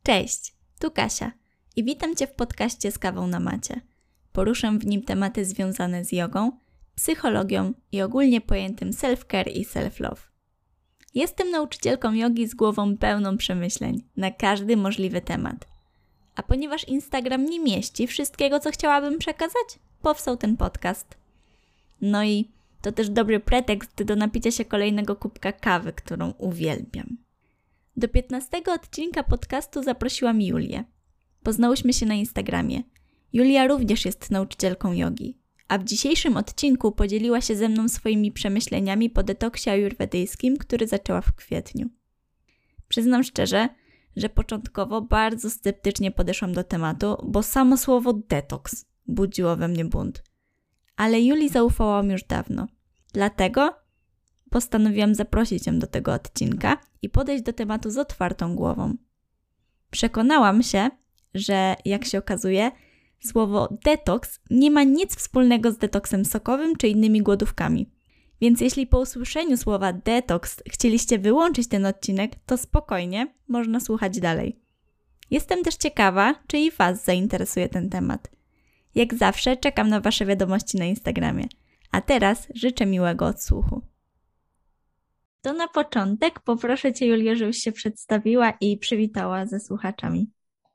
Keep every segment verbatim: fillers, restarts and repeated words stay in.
Cześć, tu Kasia i witam Cię w podcaście z kawą na macie. Poruszam w nim tematy związane z jogą, psychologią i ogólnie pojętym self-care i self-love. Jestem nauczycielką jogi z głową pełną przemyśleń na każdy możliwy temat. A ponieważ Instagram nie mieści wszystkiego, co chciałabym przekazać, powstał ten podcast. No i to też dobry pretekst do napicia się kolejnego kubka kawy, którą uwielbiam. Do piętnastego odcinka podcastu zaprosiłam Julię. Poznałyśmy się na Instagramie. Julia również jest nauczycielką jogi, a w dzisiejszym odcinku podzieliła się ze mną swoimi przemyśleniami po detoksie ajurwedyjskim, który zaczęła w kwietniu. Przyznam szczerze, że początkowo bardzo sceptycznie podeszłam do tematu, bo samo słowo detoks budziło we mnie bunt. Ale Julii zaufałam już dawno. Dlatego postanowiłam zaprosić ją do tego odcinka i podejść do tematu z otwartą głową. Przekonałam się, że jak się okazuje, słowo detoks nie ma nic wspólnego z detoksem sokowym czy innymi głodówkami. Więc jeśli po usłyszeniu słowa detoks chcieliście wyłączyć ten odcinek, to spokojnie, można słuchać dalej. Jestem też ciekawa, czy i Was zainteresuje ten temat. Jak zawsze czekam na Wasze wiadomości na Instagramie. A teraz życzę miłego odsłuchu. To na początek poproszę Cię, Julię, żebyś się przedstawiła i przywitała ze słuchaczami.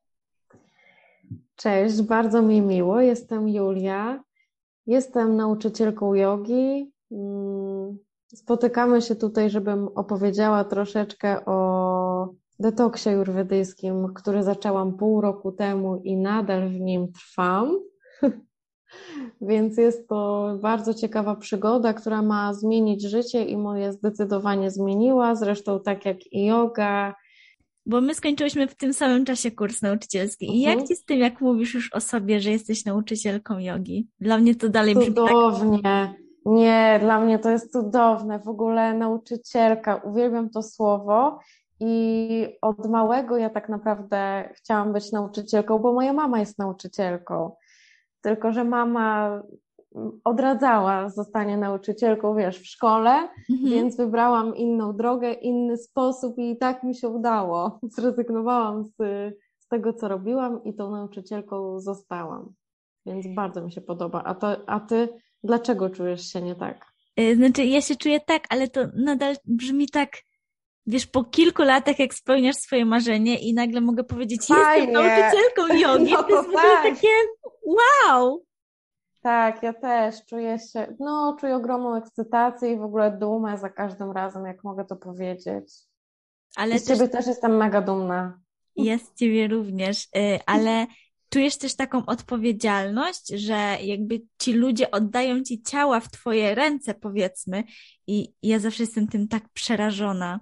Cześć, bardzo mi miło. Jestem Julia. Jestem nauczycielką jogi. Spotykamy się tutaj, żebym opowiedziała troszeczkę o detoksie ajurwedyjskim, który zaczęłam pół roku temu i nadal w nim trwam. Więc jest to bardzo ciekawa przygoda, która ma zmienić życie i moje zdecydowanie zmieniła. Zresztą tak jak i yoga. Bo my skończyłyśmy w tym samym czasie kurs nauczycielski. I jak Mhm. Ci z tym, jak mówisz już o sobie, że jesteś nauczycielką jogi? Dla mnie to dalej brzmi tak... Cudownie. Nie, dla mnie to jest cudowne. W ogóle nauczycielka, uwielbiam to słowo i od małego ja tak naprawdę chciałam być nauczycielką, bo moja mama jest nauczycielką. Tylko że mama odradzała zostanie nauczycielką, wiesz, w szkole, Mhm. więc wybrałam inną drogę, inny sposób i tak mi się udało. Zrezygnowałam z, z tego, co robiłam i tą nauczycielką zostałam. Więc bardzo mi się podoba. A, to, a ty dlaczego czujesz się nie tak? Znaczy, ja się czuję tak, ale to nadal brzmi tak, wiesz, po kilku latach, jak spełniasz swoje marzenie i nagle mogę powiedzieć, Fajnie. jestem nauczycielką jogi, No to jest w ogóle tak. takie wow! Tak, ja też czuję się, no czuję ogromną ekscytację i w ogóle dumę za każdym razem, jak mogę to powiedzieć. Ale I z też ciebie też jestem mega dumna. ja z ciebie również, ale czujesz też taką odpowiedzialność, że jakby ci ludzie oddają ci ciała w twoje ręce, powiedzmy, i ja zawsze jestem tym tak przerażona.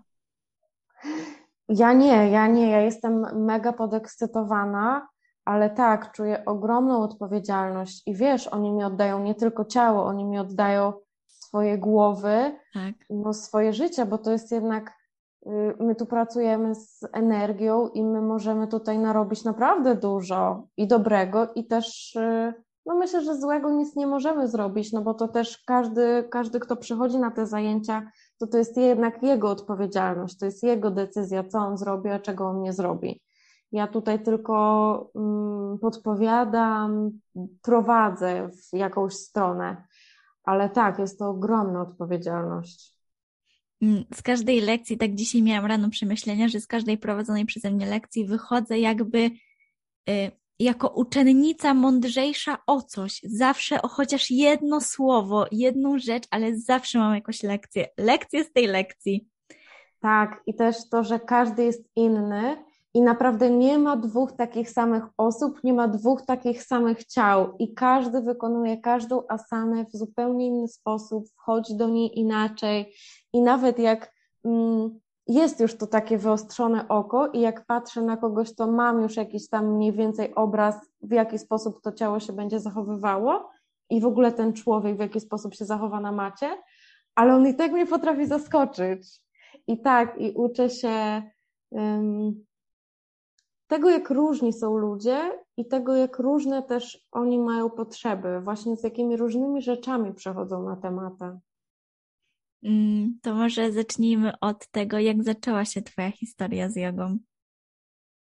Ja nie, ja nie, ja jestem mega podekscytowana, ale tak, czuję ogromną odpowiedzialność i wiesz, oni mi oddają nie tylko ciało, oni mi oddają swoje głowy, Tak. no swoje życie, bo to jest jednak, y, my tu pracujemy z energią i my możemy tutaj narobić naprawdę dużo i dobrego i też, y, no myślę, że złego nic nie możemy zrobić, no bo to też każdy, każdy, kto przychodzi na te zajęcia, to to jest jednak jego odpowiedzialność, to jest jego decyzja, co on zrobi, a czego on nie zrobi. Ja tutaj tylko mm, podpowiadam, prowadzę w jakąś stronę, ale tak, jest to ogromna odpowiedzialność. Z każdej lekcji, tak dzisiaj miałam rano przemyślenia, że z każdej prowadzonej przeze mnie lekcji wychodzę jakby y, jako uczennica mądrzejsza o coś. Zawsze o chociaż jedno słowo, jedną rzecz, ale zawsze mam jakąś lekcję. Lekcję z tej lekcji. Tak, i też to, że każdy jest inny i naprawdę nie ma dwóch takich samych osób, nie ma dwóch takich samych ciał i każdy wykonuje każdą asanę w zupełnie inny sposób, wchodzi do niej inaczej i nawet jak mm, jest już to takie wyostrzone oko i jak patrzę na kogoś, to mam już jakiś tam mniej więcej obraz, w jaki sposób to ciało się będzie zachowywało i w ogóle ten człowiek w jaki sposób się zachowa na macie, ale on i tak mnie potrafi zaskoczyć. I tak, i uczę się um, tego, jak różni są ludzie i tego, jak różne też oni mają potrzeby, właśnie z jakimi różnymi rzeczami przechodzą na tematy. Mm, to może zacznijmy od tego, jak zaczęła się twoja historia z jogą.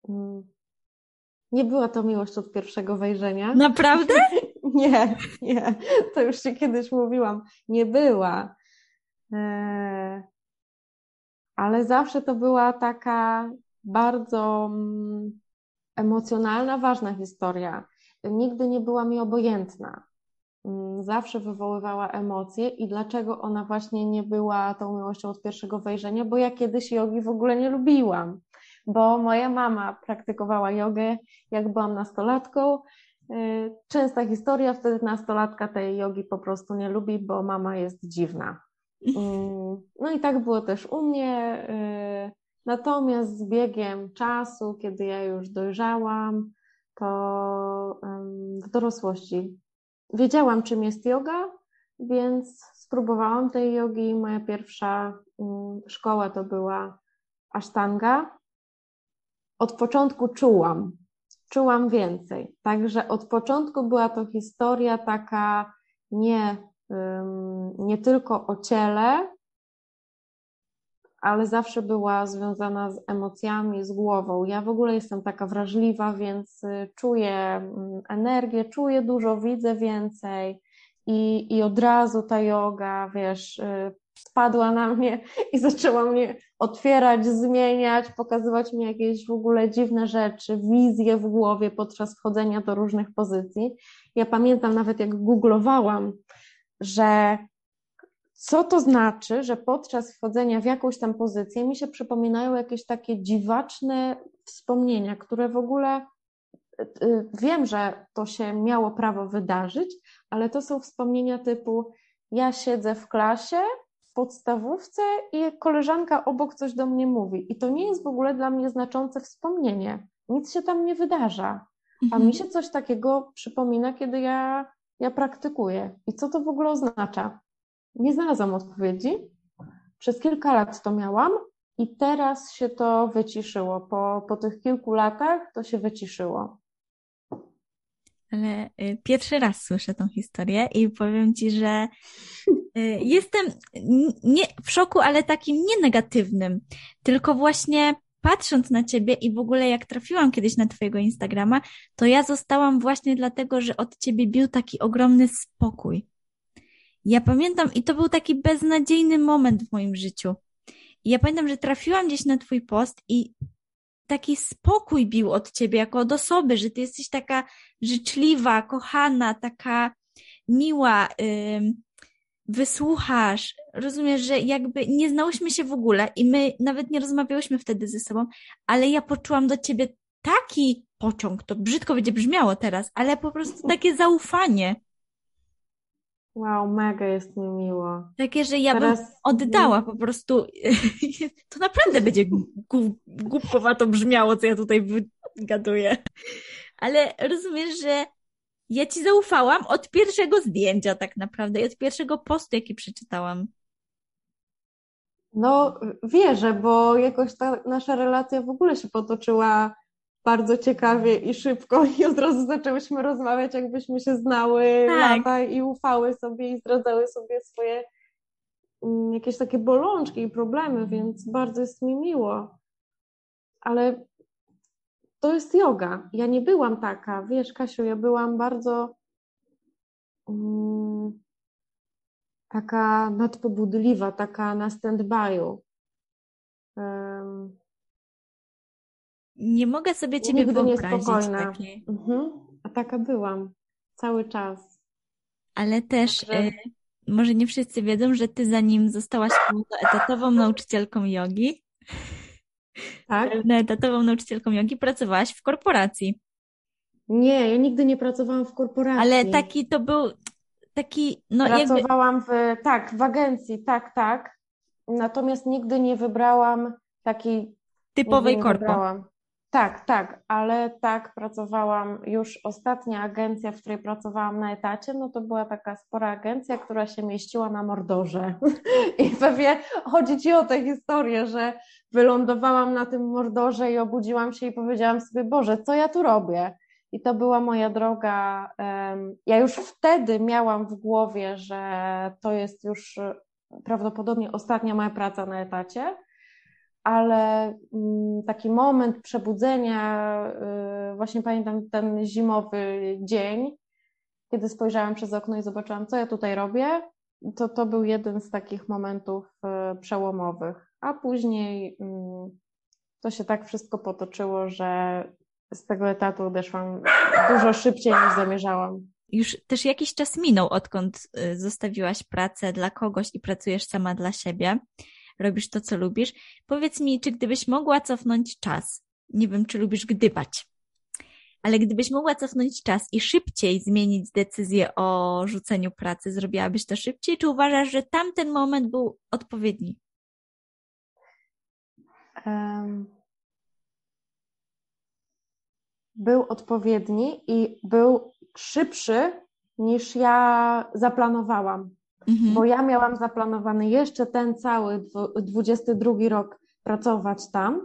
Nie była to miłość od pierwszego wejrzenia. Naprawdę? Nie, nie. To już Ci kiedyś mówiłam. Nie była. Eee, ale zawsze to była taka bardzo mm, emocjonalna, ważna historia. Nigdy nie była mi obojętna. Mm, Zawsze wywoływała emocje i dlaczego ona właśnie nie była tą miłością od pierwszego wejrzenia? Bo ja kiedyś jogi w ogóle nie lubiłam, bo moja mama praktykowała jogę, jak byłam nastolatką. Yy, Częsta historia, wtedy nastolatka tej jogi po prostu nie lubi, bo mama jest dziwna. Mm, No i tak było też u mnie. yy, Natomiast z biegiem czasu, kiedy ja już dojrzałam, to ym, w dorosłości wiedziałam, czym jest joga, więc spróbowałam tej jogi. Moja pierwsza mm, szkoła to była Ashtanga. Od początku czułam, czułam więcej. Także od początku była to historia taka nie, ym, nie tylko o ciele, ale zawsze była związana z emocjami, z głową. Ja w ogóle jestem taka wrażliwa, więc y, czuję mm, energię, czuję dużo, widzę więcej i, i od razu ta joga, wiesz, y, spadła na mnie i zaczęła mnie otwierać, zmieniać, pokazywać mi jakieś w ogóle dziwne rzeczy, wizje w głowie podczas wchodzenia do różnych pozycji. Ja pamiętam nawet, jak googlowałam, że co to znaczy, że podczas wchodzenia w jakąś tam pozycję mi się przypominają jakieś takie dziwaczne wspomnienia, które w ogóle y, wiem, że to się miało prawo wydarzyć, ale to są wspomnienia typu: ja siedzę w klasie, w podstawówce i koleżanka obok coś do mnie mówi. I to nie jest w ogóle dla mnie znaczące wspomnienie. Nic się tam nie wydarza. A Mhm. mi się coś takiego przypomina, kiedy ja, ja praktykuję. I co to w ogóle oznacza? Nie znalazłam odpowiedzi. Przez kilka lat to miałam i teraz się to wyciszyło. Po, po tych kilku latach to się wyciszyło. Ale y, pierwszy raz słyszę tą historię i powiem Ci, że y, jestem n- nie w szoku, ale takim nie negatywnym, tylko właśnie patrząc na Ciebie i w ogóle jak trafiłam kiedyś na Twojego Instagrama, to ja zostałam właśnie dlatego, że od Ciebie bił taki ogromny spokój. Ja pamiętam, i to był taki beznadziejny moment w moim życiu. I ja pamiętam, że trafiłam gdzieś na Twój post i taki spokój bił od Ciebie jako od osoby, że Ty jesteś taka życzliwa, kochana, taka miła, ym, wysłuchasz, rozumiesz, że jakby nie znałyśmy się w ogóle i my nawet nie rozmawiałyśmy wtedy ze sobą, ale ja poczułam do Ciebie taki pociąg, to brzydko będzie brzmiało teraz, ale po prostu takie zaufanie. Wow, mega jest mi miło. Takie, że ja bym Teraz oddała po prostu. To naprawdę będzie gu- głupkowato brzmiało, co ja tutaj wygaduję. Ale rozumiesz, że ja ci zaufałam od pierwszego zdjęcia tak naprawdę i od pierwszego postu, jaki przeczytałam. no wierzę, bo jakoś ta nasza relacja w ogóle się potoczyła bardzo ciekawie i szybko i od razu zaczęłyśmy rozmawiać, jakbyśmy się znały Tak. lata i ufały sobie i zdradzały sobie swoje mm, jakieś takie bolączki i problemy, więc bardzo jest mi miło. Ale to jest joga. Ja nie byłam taka, wiesz, Kasiu, ja byłam bardzo mm, taka nadpobudliwa, taka na stand-by'u. Um, Nie mogę sobie ciebie nigdy wyobrazić niespokojna. takiej. Mhm. A taka byłam cały czas. Ale też Także y, może nie wszyscy wiedzą, że ty zanim zostałaś pełnoetatową nauczycielką jogi, tak? pełnoetatową nauczycielką jogi, pracowałaś w korporacji. Nie, ja nigdy nie pracowałam w Ale korporacji. taki to był taki, no jakby Pracowałam w, tak, w agencji, tak, tak. Natomiast nigdy nie wybrałam takiej, nigdy typowej nie korpo. wybrałam. Tak, tak, ale tak, pracowałam już ostatnia agencja, w której pracowałam na etacie, no to była taka spora agencja, która się mieściła na Mordorze. I pewnie chodzi Ci o tę historię, że wylądowałam na tym Mordorze i obudziłam się i powiedziałam sobie: Boże, co ja tu robię? I to była moja droga. Ja już wtedy miałam w głowie, że to jest już prawdopodobnie ostatnia moja praca na etacie. ale taki moment przebudzenia, właśnie pamiętam ten zimowy dzień, kiedy spojrzałam przez okno i zobaczyłam, co ja tutaj robię, to to był jeden z takich momentów przełomowych. A później to się tak wszystko potoczyło, że z tego etatu odeszłam dużo szybciej niż zamierzałam. Już też jakiś czas minął, odkąd zostawiłaś pracę dla kogoś i pracujesz sama dla siebie. Robisz to, co lubisz. Powiedz mi, czy gdybyś mogła cofnąć czas, nie wiem, czy lubisz gdybać, ale gdybyś mogła cofnąć czas i szybciej zmienić decyzję o rzuceniu pracy, zrobiłabyś to szybciej, czy uważasz, że tamten moment był odpowiedni? Um, był odpowiedni i był szybszy niż ja zaplanowałam. Mhm. Bo ja miałam zaplanowany jeszcze ten cały dwudziesty drugi rok pracować tam,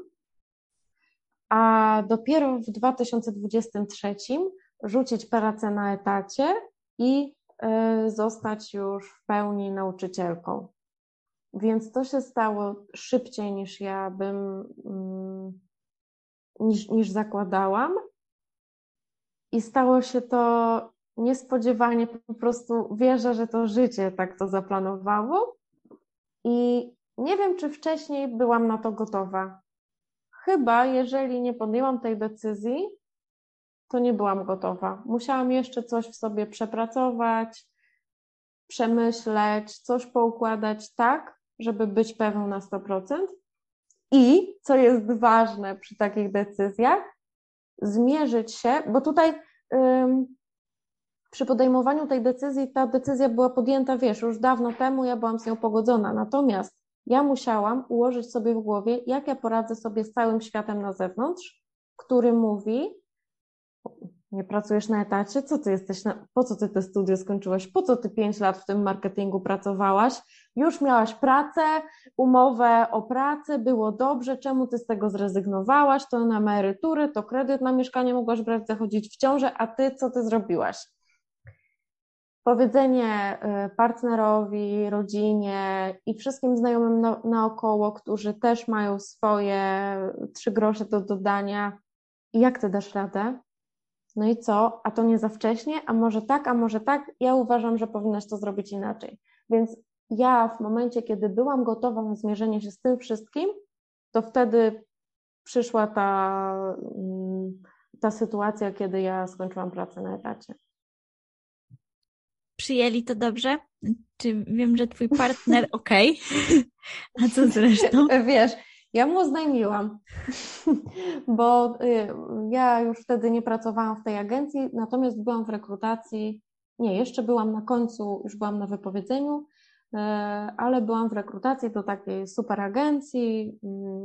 a dopiero w dwa tysiące dwudziestym trzecim rzucić pracę na etacie i y, zostać już w pełni nauczycielką. Więc to się stało szybciej niż ja bym, y, niż, niż zakładałam. I stało się to niespodziewanie, po prostu wierzę, że to życie tak to zaplanowało i nie wiem, czy wcześniej byłam na to gotowa. Chyba, jeżeli nie podjęłam tej decyzji, to nie byłam gotowa. Musiałam jeszcze coś w sobie przepracować, przemyśleć, coś poukładać tak, żeby być pewną na sto procent. I, co jest ważne przy takich decyzjach, zmierzyć się, bo tutaj ym, przy podejmowaniu tej decyzji, ta decyzja była podjęta, wiesz, już dawno temu, ja byłam z nią pogodzona, natomiast ja musiałam ułożyć sobie w głowie, jak ja poradzę sobie z całym światem na zewnątrz, który mówi, nie pracujesz na etacie, co ty jesteś, na... po co ty te studia skończyłaś, po co ty pięć lat w tym marketingu pracowałaś, już miałaś pracę, umowę o pracę, było dobrze, czemu ty z tego zrezygnowałaś, to na emeryturę, to kredyt na mieszkanie mogłaś brać, zachodzić w ciążę, a ty co ty zrobiłaś? Powiedzenie partnerowi, rodzinie i wszystkim znajomym na, naokoło, którzy też mają swoje trzy grosze do dodania, jak ty dasz radę? No i co? A to nie za wcześnie? A może tak, a może tak? Ja uważam, że powinnaś to zrobić inaczej. Więc ja w momencie, kiedy byłam gotowa na zmierzenie się z tym wszystkim, to wtedy przyszła ta, ta sytuacja, kiedy ja skończyłam pracę na etacie. Przyjęli to dobrze? Czy wiem, że twój partner okej? Okay. A co zresztą? Wiesz, ja mu oznajmiłam, bo ja już wtedy nie pracowałam w tej agencji, natomiast byłam w rekrutacji, nie, jeszcze byłam na końcu, już byłam na wypowiedzeniu, ale byłam w rekrutacji do takiej super agencji.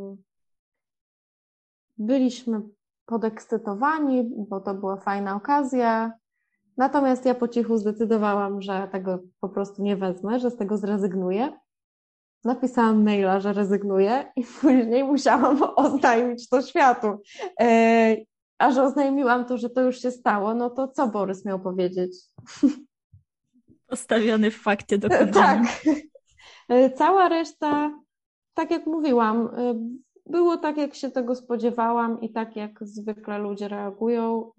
Byliśmy podekscytowani, bo to była fajna okazja. Natomiast ja po cichu zdecydowałam, że tego po prostu nie wezmę, że z tego zrezygnuję. Napisałam maila, że rezygnuję i później musiałam oznajmić to światu. A że oznajmiłam to, że to już się stało, no to co Borys miał powiedzieć? Postawiony w fakcie dokonanym. Tak. Cała reszta, tak jak mówiłam, było tak, jak się tego spodziewałam i tak, jak zwykle ludzie reagują.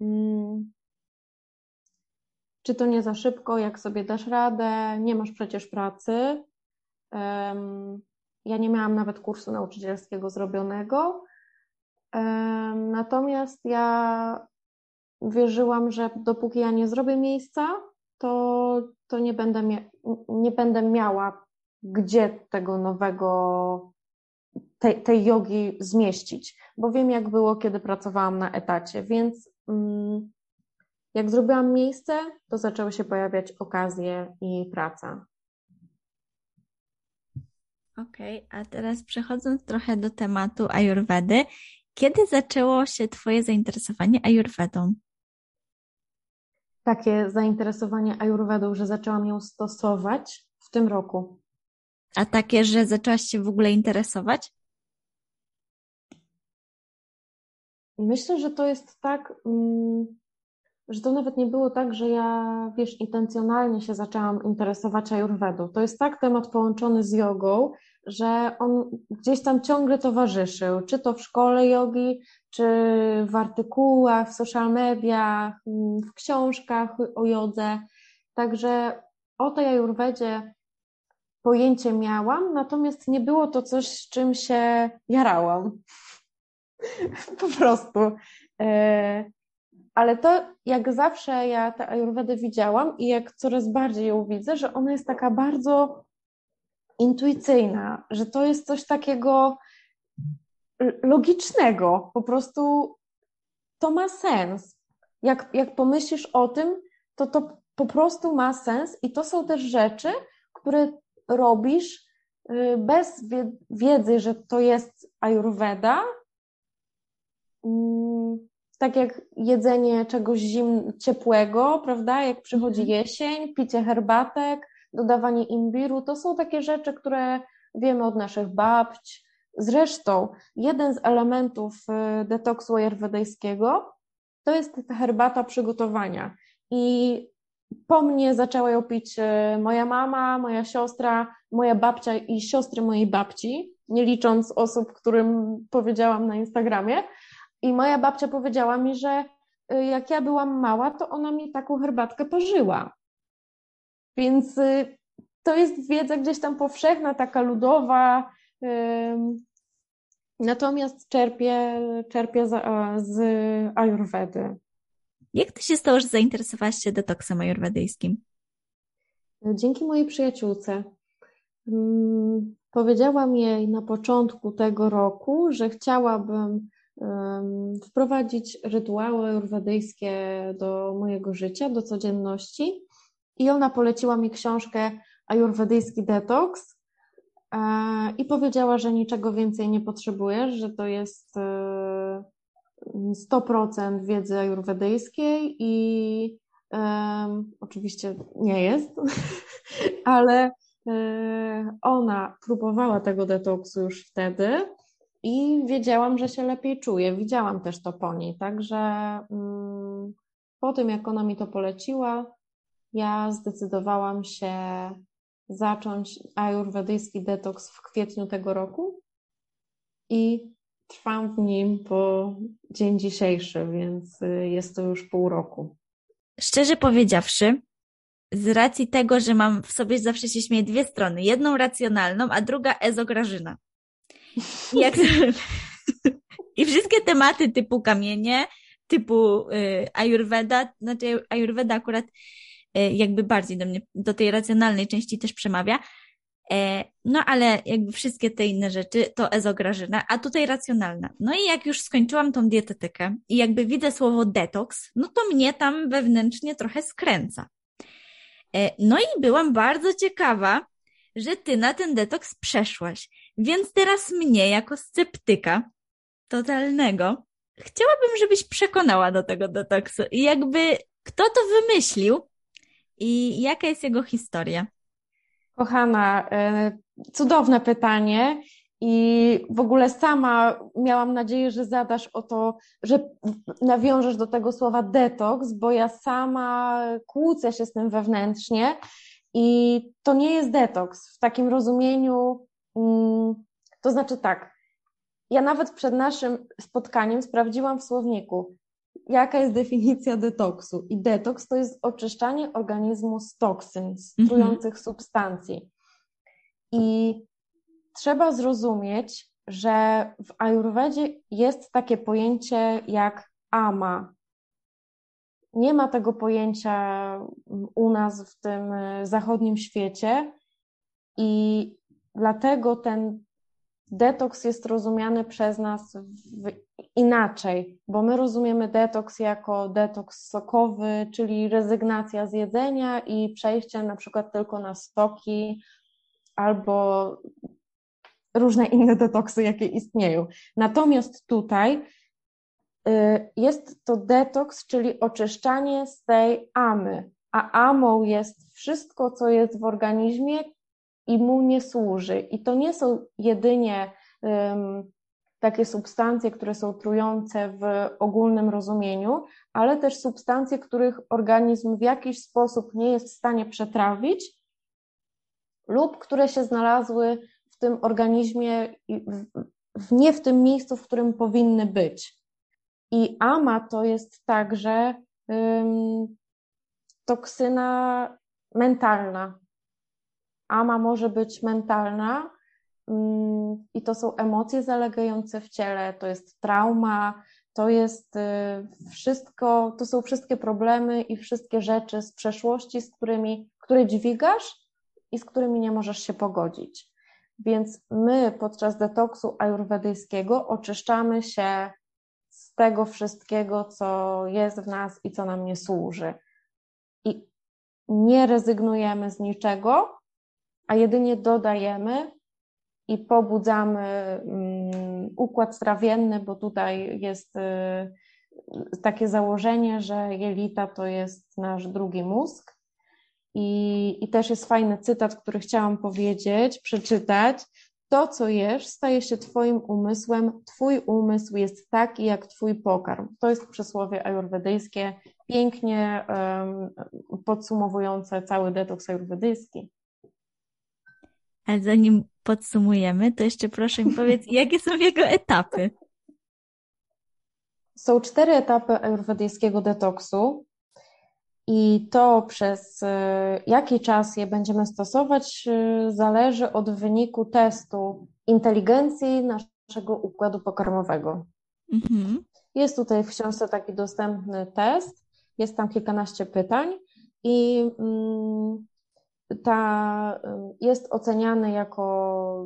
Czy to nie za szybko, jak sobie dasz radę, nie masz przecież pracy. Ja nie miałam nawet kursu nauczycielskiego zrobionego, natomiast ja wierzyłam, że dopóki ja nie zrobię miejsca, to, to nie będę mia- nie będę miała gdzie tego nowego, tej, tej jogi zmieścić, bo wiem, jak było, kiedy pracowałam na etacie, więc mm, jak zrobiłam miejsce, to zaczęły się pojawiać okazje i praca. Okej, okay, a teraz przechodząc trochę do tematu ajurwedy, kiedy zaczęło się twoje zainteresowanie ajurwedą? Takie zainteresowanie ajurwedą, że zaczęłam ją stosować w tym roku. A takie, że zaczęłaś się w ogóle interesować? Myślę, że to jest tak, że to nawet nie było tak, że ja, wiesz, intencjonalnie się zaczęłam interesować ajurwedą. To jest tak temat połączony z jogą, że on gdzieś tam ciągle towarzyszył, czy to w szkole jogi, czy w artykułach, w social mediach, w książkach o jodze. Także o tej ajurwedzie pojęcie miałam, natomiast nie było to coś, z czym się jarałam. Po prostu. Ale to jak zawsze ja tę ajurwedę widziałam i jak coraz bardziej ją widzę, że ona jest taka bardzo intuicyjna, że to jest coś takiego logicznego, po prostu to ma sens. Jak, jak pomyślisz o tym, to to po prostu ma sens i to są też rzeczy, które robisz bez wiedzy, że to jest ajurweda. Tak jak jedzenie czegoś zim, ciepłego, prawda? Jak przychodzi jesień, picie herbatek, dodawanie imbiru, to są takie rzeczy, które wiemy od naszych babć. Zresztą jeden z elementów detoksu ajurwedyjskiego to jest ta herbata przygotowania. I po mnie zaczęła ją pić moja mama, moja siostra, moja babcia i siostry mojej babci, nie licząc osób, którym powiedziałam na Instagramie. I moja babcia powiedziała mi, że jak ja byłam mała, to ona mi taką herbatkę parzyła. Więc to jest wiedza gdzieś tam powszechna, taka ludowa. Natomiast czerpię, czerpię z ajurwedy. Jak to się stało, że zainteresowałaś się detoksem ajurwedyjskim? Dzięki mojej przyjaciółce. Powiedziałam jej na początku tego roku, że chciałabym wprowadzić rytuały ajurwedyjskie do mojego życia, do codzienności i ona poleciła mi książkę Ajurwedyjski detoks i powiedziała, że niczego więcej nie potrzebujesz, że to jest sto procent wiedzy ajurwedyjskiej i um, oczywiście nie jest, ale ona próbowała tego detoksu już wtedy i wiedziałam, że się lepiej czuję. Widziałam też to po niej, także um, po tym, jak ona mi to poleciła, ja zdecydowałam się zacząć ajurwedyjski detoks w kwietniu tego roku i trwam w nim po dzień dzisiejszy, więc jest to już pół roku. Szczerze powiedziawszy, z racji tego, że mam w sobie, zawsze się śmieję, dwie strony. Jedną racjonalną, a druga ezograżyna. I, jak... I wszystkie tematy typu kamienie, typu y, ajurweda, znaczy ajurweda akurat y, jakby bardziej do mnie, do tej racjonalnej części też przemawia. E, no ale jakby wszystkie te inne rzeczy to ezograżyna, a tutaj racjonalna. No i jak już skończyłam tą dietetykę i jakby widzę słowo detoks, no to mnie tam wewnętrznie trochę skręca. No i byłam bardzo ciekawa, że ty na ten detoks przeszłaś. Więc teraz mnie, jako sceptyka totalnego, chciałabym, żebyś przekonała do tego detoksu. I jakby kto to wymyślił i jaka jest jego historia? Kochana, cudowne pytanie. I w ogóle sama miałam nadzieję, że zadasz o to, że nawiążesz do tego słowa detoks, bo ja sama kłócę się z tym wewnętrznie i to nie jest detoks w takim rozumieniu, to znaczy tak, ja nawet przed naszym spotkaniem sprawdziłam w słowniku, jaka jest definicja detoksu i detoks to jest oczyszczanie organizmu z toksyn, z trujących mm-hmm. substancji. I trzeba zrozumieć, że w ajurwedzie jest takie pojęcie jak ama. Nie ma tego pojęcia u nas w tym zachodnim świecie i dlatego ten detoks jest rozumiany przez nas w, inaczej, bo my rozumiemy detoks jako detoks sokowy, czyli rezygnacja z jedzenia i przejście na przykład tylko na soki albo różne inne detoksy, jakie istnieją. Natomiast tutaj jest to detoks, czyli oczyszczanie z tej amy, a amą jest wszystko, co jest w organizmie i mu nie służy. I to nie są jedynie um, takie substancje, które są trujące w ogólnym rozumieniu, ale też substancje, których organizm w jakiś sposób nie jest w stanie przetrawić lub które się znalazły w tym organizmie, w, nie w tym miejscu, w którym powinny być. I A M A to jest także um, toksyna mentalna. A M A może być mentalna um, i to są emocje zalegające w ciele, to jest trauma, to jest y, wszystko, to są wszystkie problemy i wszystkie rzeczy z przeszłości, z którymi, które dźwigasz i z którymi nie możesz się pogodzić. Więc my podczas detoksu ajurwedyjskiego oczyszczamy się z tego wszystkiego, co jest w nas i co nam nie służy. I nie rezygnujemy z niczego, a jedynie dodajemy i pobudzamy um, układ trawienny, bo tutaj jest y, takie założenie, że jelita to jest nasz drugi mózg. I, I też jest fajny cytat, który chciałam powiedzieć, przeczytać. To, co jesz, staje się twoim umysłem, twój umysł jest taki, jak twój pokarm. To jest przysłowie ajurwedyjskie, pięknie um, podsumowujące cały detoks ajurwedyjski. Ale zanim podsumujemy, to jeszcze proszę mi powiedz, jakie są jego etapy? Są cztery etapy ajurwedyjskiego detoksu i to przez jaki czas je będziemy stosować zależy od wyniku testu inteligencji naszego układu pokarmowego. Mhm. Jest tutaj w książce taki dostępny test, jest tam kilkanaście pytań i mm, ta jest oceniany jako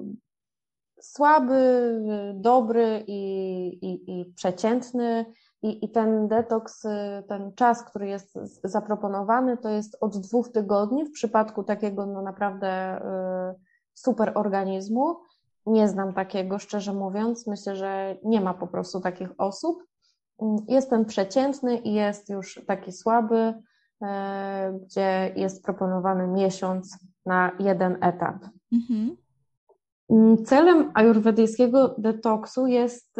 słaby, dobry i, i, i przeciętny i, i ten detoks, ten czas, który jest zaproponowany, to jest od dwóch tygodni w przypadku takiego no naprawdę super organizmu. Nie znam takiego, szczerze mówiąc, myślę, że nie ma po prostu takich osób. Jest ten przeciętny i jest już taki słaby, gdzie jest proponowany miesiąc na jeden etap. Mhm. Celem ajurwedyjskiego detoksu jest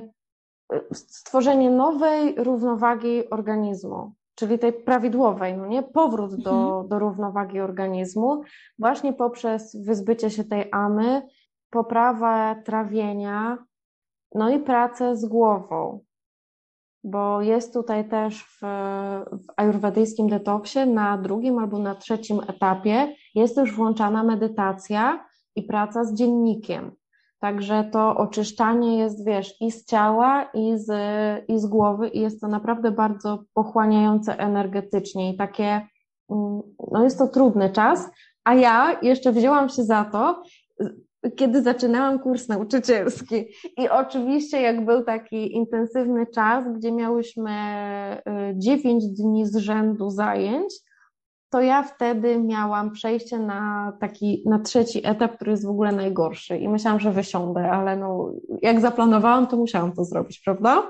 stworzenie nowej równowagi organizmu, czyli tej prawidłowej, no nie? Powrót do, mhm. do równowagi organizmu, właśnie poprzez wyzbycie się tej amy, poprawę trawienia, no i pracę z głową. Bo jest tutaj też w, w ajurwedyjskim detoksie na drugim albo na trzecim etapie jest już włączana medytacja i praca z dziennikiem. Także to oczyszczanie jest, wiesz, i z ciała, i z, i z głowy i jest to naprawdę bardzo pochłaniające energetycznie i takie, no jest to trudny czas, a ja jeszcze wzięłam się za to, kiedy zaczynałam kurs nauczycielski i oczywiście jak był taki intensywny czas, gdzie miałyśmy dziewięć dni z rzędu zajęć, to ja wtedy miałam przejście na taki, na trzeci etap, który jest w ogóle najgorszy i myślałam, że wysiądę, ale no jak zaplanowałam, to musiałam to zrobić, prawda?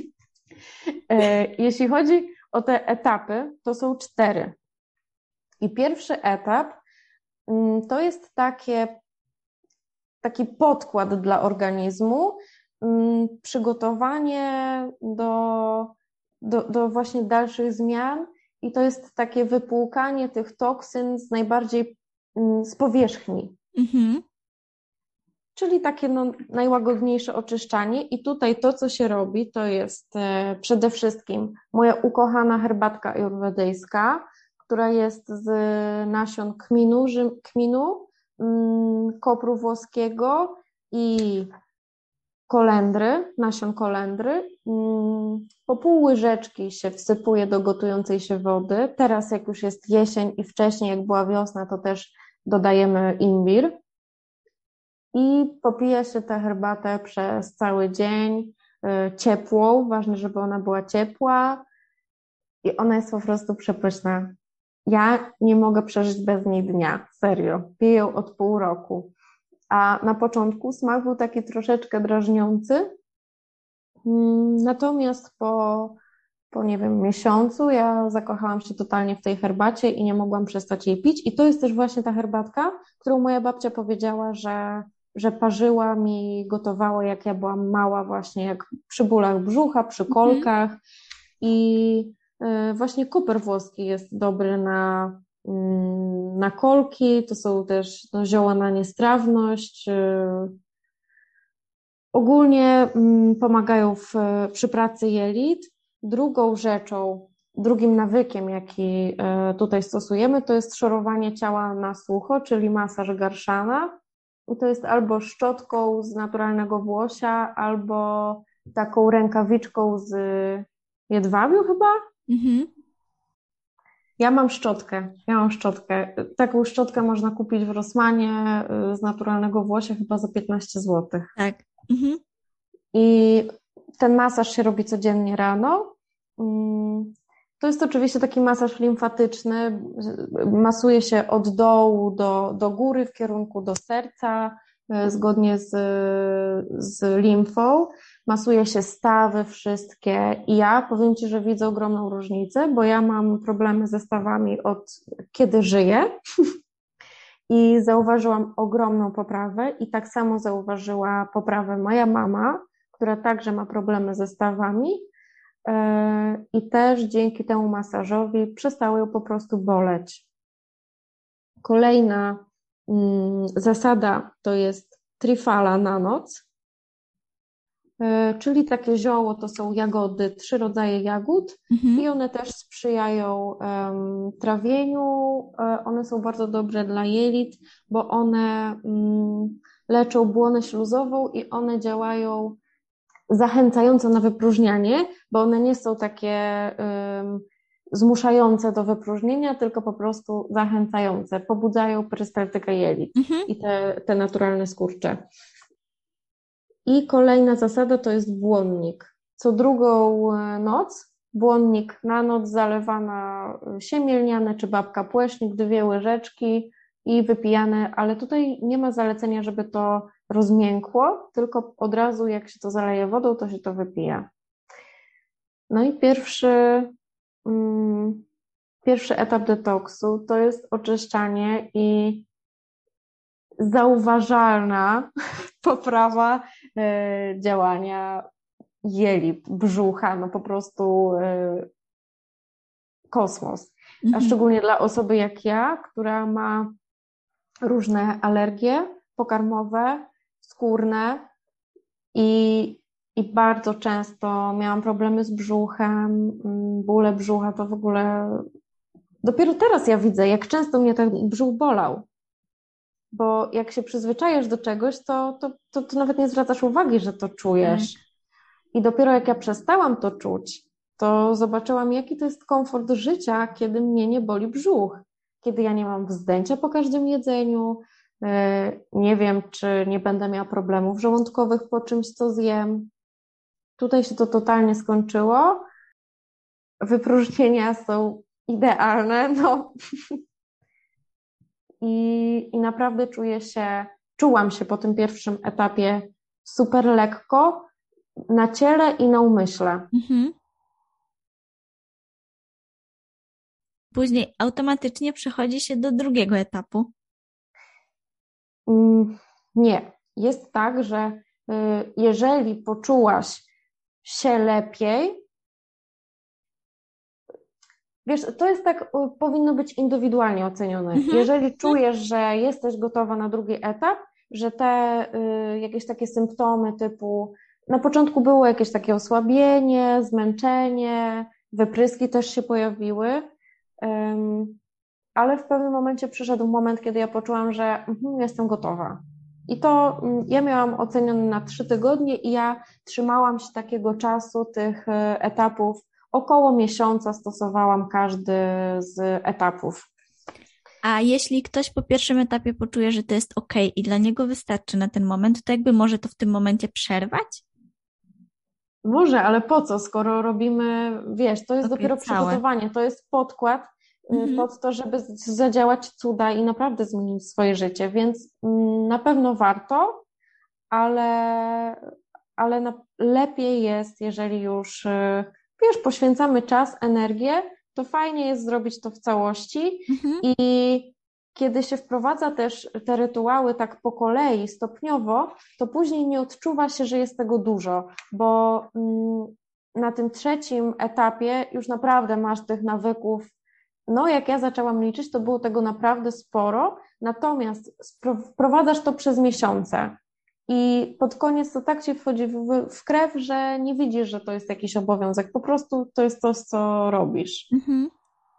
Jeśli chodzi o te etapy, to są cztery i pierwszy etap to jest takie taki podkład dla organizmu, przygotowanie do, do, do właśnie dalszych zmian i to jest takie wypłukanie tych toksyn z najbardziej z powierzchni. Mhm. Czyli takie no, najłagodniejsze oczyszczanie i tutaj to, co się robi, to jest e, przede wszystkim moja ukochana herbatka ajurwedyjska, która jest z nasion kminu, rzym, kminu kopru włoskiego i kolendry, nasion kolendry. Po pół łyżeczki się wsypuje do gotującej się wody. Teraz jak już jest jesień i wcześniej jak była wiosna, to też dodajemy imbir. I popija się tę herbatę przez cały dzień ciepłą. Ważne, żeby ona była ciepła i ona jest po prostu przepyszna. Ja nie mogę przeżyć bez niej dnia, serio. Piję ją od pół roku. A na początku smak był taki troszeczkę drażniący, natomiast po, po nie wiem, miesiącu ja zakochałam się totalnie w tej herbacie i nie mogłam przestać jej pić. I to jest też właśnie ta herbatka, którą moja babcia powiedziała, że, że parzyła mi, gotowała jak ja byłam mała właśnie, jak przy bólach brzucha, przy kolkach. Mhm. I właśnie koper włoski jest dobry na, na kolki, to są też no, zioła na niestrawność. Ogólnie pomagają w, przy pracy jelit. Drugą rzeczą, drugim nawykiem, jaki tutaj stosujemy, to jest szorowanie ciała na sucho, czyli masaż Garszana. I to jest albo szczotką z naturalnego włosia, albo taką rękawiczką z jedwabiu chyba. Mhm. Ja mam szczotkę, ja mam szczotkę. Taką szczotkę można kupić w Rossmanie z naturalnego włosia chyba za piętnaście złotych. Tak. Mhm. I ten masaż się robi codziennie rano. To jest oczywiście taki masaż limfatyczny. Masuje się od dołu do, do góry w kierunku do serca, zgodnie z, z limfą. Masuje się stawy wszystkie i ja powiem Ci, że widzę ogromną różnicę, bo ja mam problemy ze stawami od kiedy żyję i zauważyłam ogromną poprawę i tak samo zauważyła poprawę moja mama, która także ma problemy ze stawami i też dzięki temu masażowi przestały ją po prostu boleć. Kolejna zasada to jest trifala na noc, czyli takie zioło, to są jagody, trzy rodzaje jagód mhm. i one też sprzyjają um, trawieniu, one są bardzo dobre dla jelit, bo one um, leczą błonę śluzową i one działają zachęcająco na wypróżnianie, bo one nie są takie um, zmuszające do wypróżnienia, tylko po prostu zachęcające, pobudzają perystaltykę jelit mhm. i te, te naturalne skurcze. I kolejna zasada to jest błonnik. Co drugą noc, błonnik na noc zalewana siemię lniane czy babka płecznik, dwie łyżeczki i wypijane, ale tutaj nie ma zalecenia, żeby to rozmiękło, tylko od razu jak się to zaleje wodą, to się to wypija. No i pierwszy, mm, pierwszy etap detoksu to jest oczyszczanie i zauważalna poprawa y, działania jelit, brzucha, no po prostu y, kosmos. A mhm. szczególnie dla osoby jak ja, która ma różne alergie pokarmowe, skórne i, i bardzo często miałam problemy z brzuchem, bóle brzucha, to w ogóle dopiero teraz ja widzę, jak często mnie ten brzuch bolał. Bo jak się przyzwyczajasz do czegoś, to, to, to, to nawet nie zwracasz uwagi, że to czujesz. Tak. I dopiero jak ja przestałam to czuć, to zobaczyłam, jaki to jest komfort życia, kiedy mnie nie boli brzuch. Kiedy ja nie mam wzdęcia po każdym jedzeniu, nie wiem, czy nie będę miała problemów żołądkowych po czymś, co zjem. Tutaj się to totalnie skończyło. Wypróżnienia są idealne, no. I, I naprawdę czuję się, czułam się po tym pierwszym etapie super lekko na ciele i na umyśle. Mhm. Później automatycznie przechodzi się do drugiego etapu. Nie. Jest tak, że jeżeli poczułaś się lepiej, wiesz, to jest tak, powinno być indywidualnie ocenione. Mhm. Jeżeli czujesz, że jesteś gotowa na drugi etap, że te y, jakieś takie symptomy typu, na początku było jakieś takie osłabienie, zmęczenie, wypryski też się pojawiły, ym, ale w pewnym momencie przyszedł moment, kiedy ja poczułam, że mm, jestem gotowa. I to mm, ja miałam ocenione na trzy tygodnie i ja trzymałam się takiego czasu, tych y, etapów. Około miesiąca stosowałam każdy z etapów. A jeśli ktoś po pierwszym etapie poczuje, że to jest ok i dla niego wystarczy na ten moment, to jakby może to w tym momencie przerwać? Może, ale po co, skoro robimy, wiesz, to jest okay, dopiero całe. Przygotowanie, to jest podkład mhm. pod to, żeby zadziałać cuda i naprawdę zmienić swoje życie, więc na pewno warto, ale, ale na, lepiej jest, jeżeli już wiesz, poświęcamy czas, energię, to fajnie jest zrobić to w całości mhm. i kiedy się wprowadza też te rytuały tak po kolei, stopniowo, to później nie odczuwa się, że jest tego dużo, bo mm, na tym trzecim etapie już naprawdę masz tych nawyków no jak ja zaczęłam liczyć, to było tego naprawdę sporo, natomiast wprowadzasz to przez miesiące i pod koniec to tak ci wchodzi w, w krew, że nie widzisz, że to jest jakiś obowiązek, po prostu to jest to, co robisz. Mhm.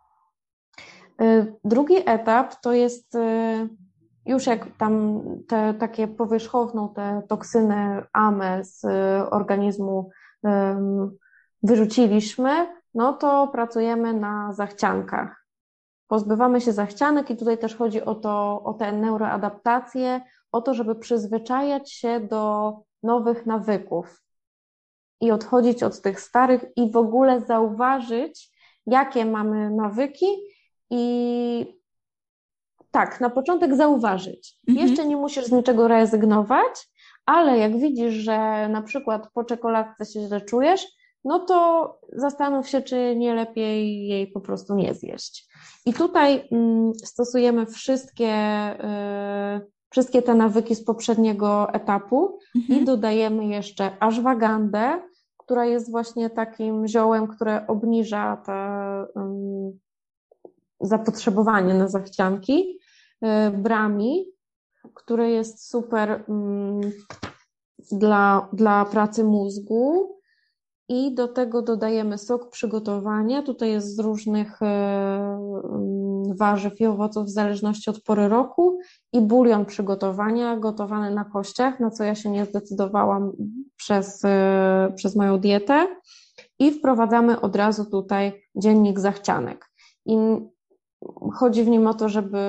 Drugi etap to jest już jak tam te takie powierzchowną, te toksyny A M E z organizmu wyrzuciliśmy, no to pracujemy na zachciankach. Pozbywamy się zachcianek i tutaj też chodzi o to, o tę neuroadaptację, o to, żeby przyzwyczajać się do nowych nawyków i odchodzić od tych starych i w ogóle zauważyć, jakie mamy nawyki i tak, na początek zauważyć. Mhm. Jeszcze nie musisz z niczego rezygnować, ale jak widzisz, że na przykład po czekoladce się źle czujesz, no to zastanów się, czy nie lepiej jej po prostu nie zjeść. I tutaj mm, stosujemy wszystkie, y, wszystkie te nawyki z poprzedniego etapu mhm. i dodajemy jeszcze ashwagandę, która jest właśnie takim ziołem, które obniża te y, zapotrzebowanie na zachcianki, y, brahmi, które jest super y, dla, dla pracy mózgu. I do tego dodajemy sok przygotowania. Tutaj jest z różnych warzyw i owoców w zależności od pory roku i bulion przygotowania gotowany na kościach, na co ja się nie zdecydowałam przez, przez moją dietę. I wprowadzamy od razu tutaj dziennik zachcianek. I chodzi w nim o to, żeby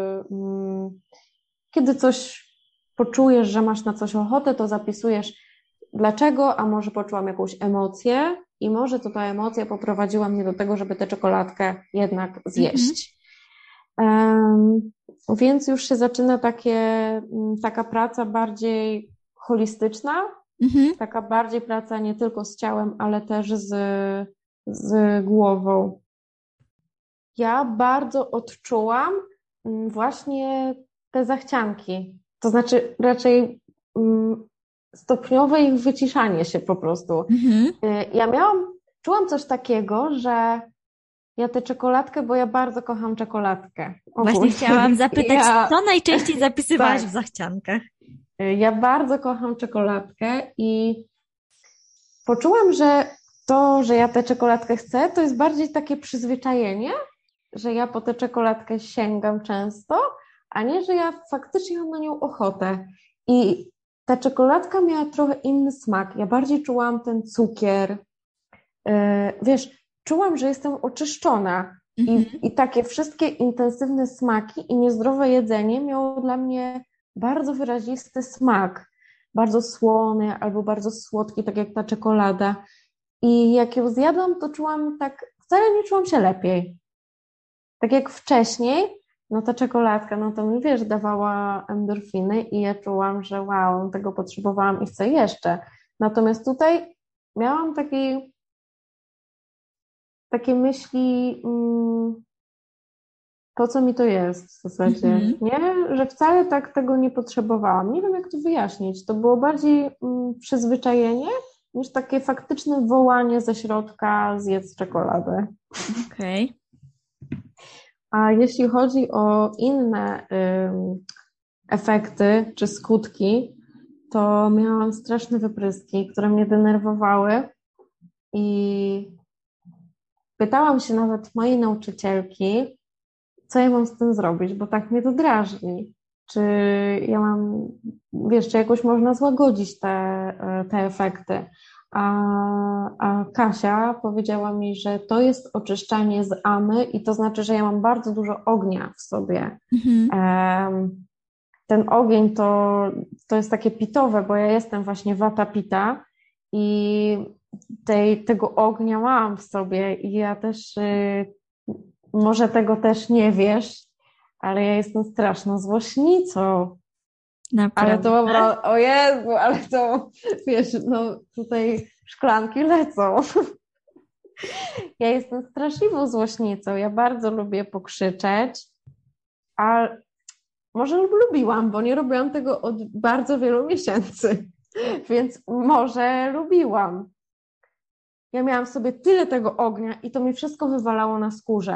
kiedy coś poczujesz, że masz na coś ochotę, to zapisujesz dlaczego, a może poczułam jakąś emocję i może to ta emocja poprowadziła mnie do tego, żeby tę czekoladkę jednak zjeść. Um, więc już się zaczyna takie, taka praca bardziej holistyczna, mhm. taka bardziej praca nie tylko z ciałem, ale też z, z głową. Ja bardzo odczułam właśnie te zachcianki, to znaczy raczej um, stopniowe ich wyciszanie się po prostu. Mhm. Ja miałam, czułam coś takiego, że ja tę czekoladkę, bo ja bardzo kocham czekoladkę. Ogólnie. Właśnie chciałam zapytać, ja... co najczęściej zapisywałaś tak. w zachciankach? Ja bardzo kocham czekoladkę i poczułam, że to, że ja tę czekoladkę chcę, to jest bardziej takie przyzwyczajenie, że ja po tę czekoladkę sięgam często, a nie, że ja faktycznie mam na nią ochotę. I ta czekoladka miała trochę inny smak. Ja bardziej czułam ten cukier. Wiesz, czułam, że jestem oczyszczona. Mm-hmm. I, I takie wszystkie intensywne smaki i niezdrowe jedzenie miało dla mnie bardzo wyrazisty smak. Bardzo słony albo bardzo słodki, tak jak ta czekolada. I jak ją zjadłam, to czułam tak, wcale nie czułam się lepiej. Tak jak wcześniej, no ta czekoladka, no to mi wiesz, dawała endorfiny i ja czułam, że wow, tego potrzebowałam i chcę jeszcze. Natomiast tutaj miałam taki, takie myśli, hmm, po co mi to jest w zasadzie, mm-hmm. nie? Że wcale tak tego nie potrzebowałam. Nie wiem, jak to wyjaśnić. To było bardziej hmm, przyzwyczajenie niż takie faktyczne wołanie ze środka zjedz czekoladę. Okej. Okay. A jeśli chodzi o inne y, efekty czy skutki, to miałam straszne wypryski, które mnie denerwowały i pytałam się nawet mojej nauczycielki, co ja mam z tym zrobić, bo tak mnie to drażni. Czy ja mam, wiesz, czy jakoś można złagodzić te, te efekty. A, a Kasia powiedziała mi, że to jest oczyszczanie zamy i to znaczy, że ja mam bardzo dużo ognia w sobie. Mhm. Um, ten ogień to, to jest takie pitowe, bo ja jestem właśnie vata pitta i tej, tego ognia mam w sobie i ja też, y, może tego też nie wiesz, ale ja jestem straszną złośnicą. Naprawdę? Ale to dobra, o Jezu, ale to, wiesz, no tutaj szklanki lecą. Ja jestem straszliwą złośnicą, ja bardzo lubię pokrzyczeć, a może lubiłam, bo nie robiłam tego od bardzo wielu miesięcy, więc może lubiłam. Ja miałam w sobie tyle tego ognia i to mi wszystko wywalało na skórze.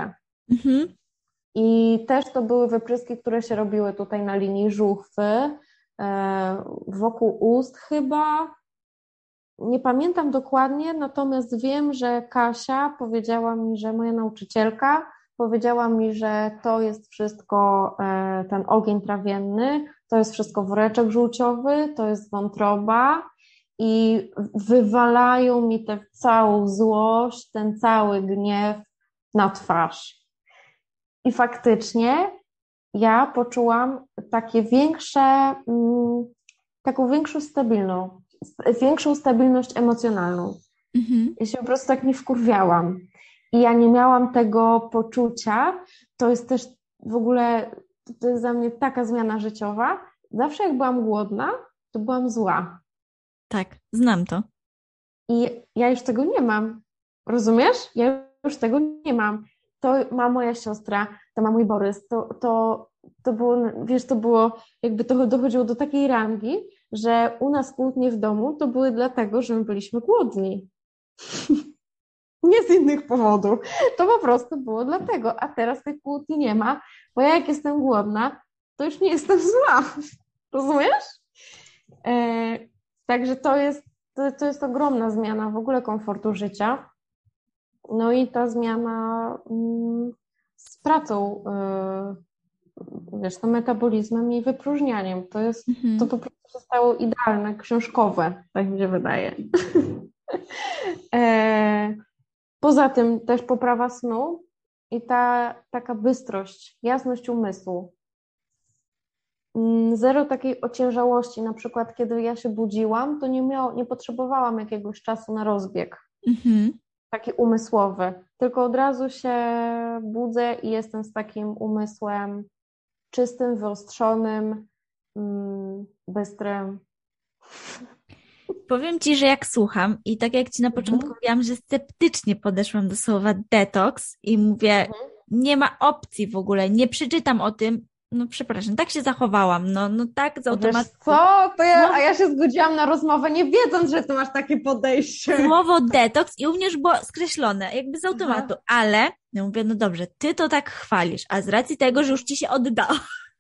Mhm. I też to były wypryski, które się robiły tutaj na linii żuchwy, e, wokół ust chyba. Nie pamiętam dokładnie, natomiast wiem, że Kasia powiedziała mi, że moja nauczycielka powiedziała mi, że to jest wszystko e, ten ogień trawienny, to jest wszystko woreczek żółciowy, to jest wątroba i wywalają mi tę całą złość, ten cały gniew na twarz. I faktycznie ja poczułam takie większe, mm, taką większą stabilną, większą stabilność emocjonalną. Mhm. Ja się po prostu tak nie wkurwiałam. I ja nie miałam tego poczucia. To jest też w ogóle, to jest dla mnie taka zmiana życiowa. Zawsze jak byłam głodna, to byłam zła. Tak, znam to. I ja już tego nie mam. Rozumiesz? Ja już tego nie mam. To ma moja siostra, to ma mój Borys. To, to, to było, wiesz, to było, jakby to dochodziło do takiej rangi, że u nas kłótnie w domu to były dlatego, że my byliśmy głodni. Nie z innych powodów. To po prostu było dlatego. A teraz tej kłótni nie ma, bo ja jak jestem głodna, to już nie jestem zła. Rozumiesz? E, także to jest, to, to jest ogromna zmiana w ogóle komfortu życia. No i ta zmiana mm, z pracą, y, wiesz, z tym metabolizmem i wypróżnianiem. To jest, Mhm. to po prostu zostało idealne, książkowe, tak mi się wydaje. e, poza tym też poprawa snu i ta taka bystrość, jasność umysłu. Mm, Zero takiej ociężałości. Na przykład, kiedy ja się budziłam, to nie miał, nie potrzebowałam jakiegoś czasu na rozbieg. Mhm. Taki umysłowy, tylko od razu się budzę i jestem z takim umysłem czystym, wyostrzonym, mm, bystrym. Powiem Ci, że jak słucham i tak jak Ci na początku Mhm. mówiłam, że sceptycznie podeszłam do słowa detoks i mówię, Mhm. nie ma opcji w ogóle, nie przeczytam o tym, no przepraszam, tak się zachowałam, no, no tak z Wiesz automatu. co, to ja, a Słowo, ja się zgodziłam na rozmowę, nie wiedząc, że ty masz takie podejście. słowo detoks i u mnie już było skreślone, jakby z automatu, Aha. ale ja mówię, no dobrze, Ty to tak chwalisz, a z racji tego, że już Ci się oddało,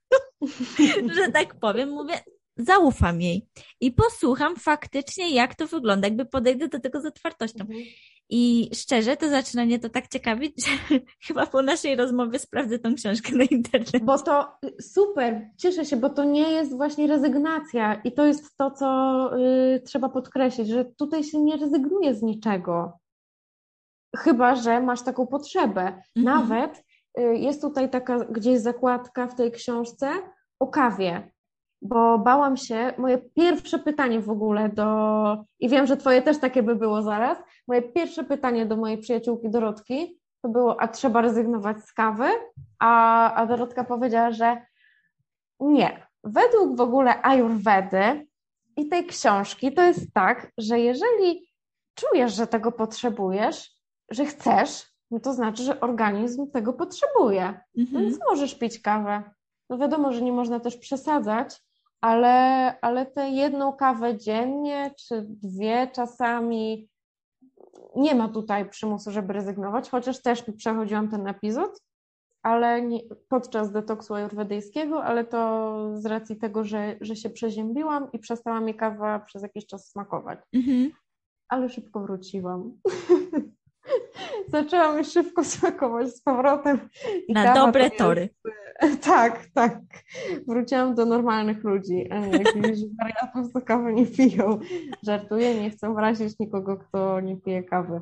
że tak powiem, mówię, zaufam jej i posłucham faktycznie, jak to wygląda, jakby podejdę do tego z otwartością. Mhm. I szczerze, to zaczyna mnie to tak ciekawić, że chyba po naszej rozmowie sprawdzę tą książkę na internecie. Bo to super, cieszę się, bo to nie jest właśnie rezygnacja i to jest to, co y, trzeba podkreślić, że tutaj się nie rezygnuje z niczego. Chyba że masz taką potrzebę. Mhm. Nawet y, jest tutaj taka gdzieś zakładka w tej książce o kawie, bo bałam się, moje pierwsze pytanie w ogóle do, i wiem, że twoje też takie by było zaraz, moje pierwsze pytanie do mojej przyjaciółki Dorotki to było, a trzeba rezygnować z kawy? A, a Dorotka powiedziała, że nie. Według w ogóle Ajurwedy i tej książki to jest tak, że jeżeli czujesz, że tego potrzebujesz, że chcesz, no to znaczy, że organizm tego potrzebuje. No Mhm. więc możesz pić kawę. No wiadomo, że nie można też przesadzać, ale, ale tę jedną kawę dziennie, czy dwie czasami, nie ma tutaj przymusu, żeby rezygnować, chociaż też przechodziłam ten epizod, ale nie, podczas detoksu ajurwedyjskiego, ale to z racji tego, że, że się przeziębiłam i przestała mi kawa przez jakiś czas smakować. Mhm. Ale szybko wróciłam. Zaczęłam już szybko smakować z powrotem. I Na kawa dobre to tory. jest... Tak, tak. Wróciłam do normalnych ludzi, a nie jakichś wariatów, co kawy nie piją. Żartuję, nie chcę wrazić nikogo, kto nie pije kawy.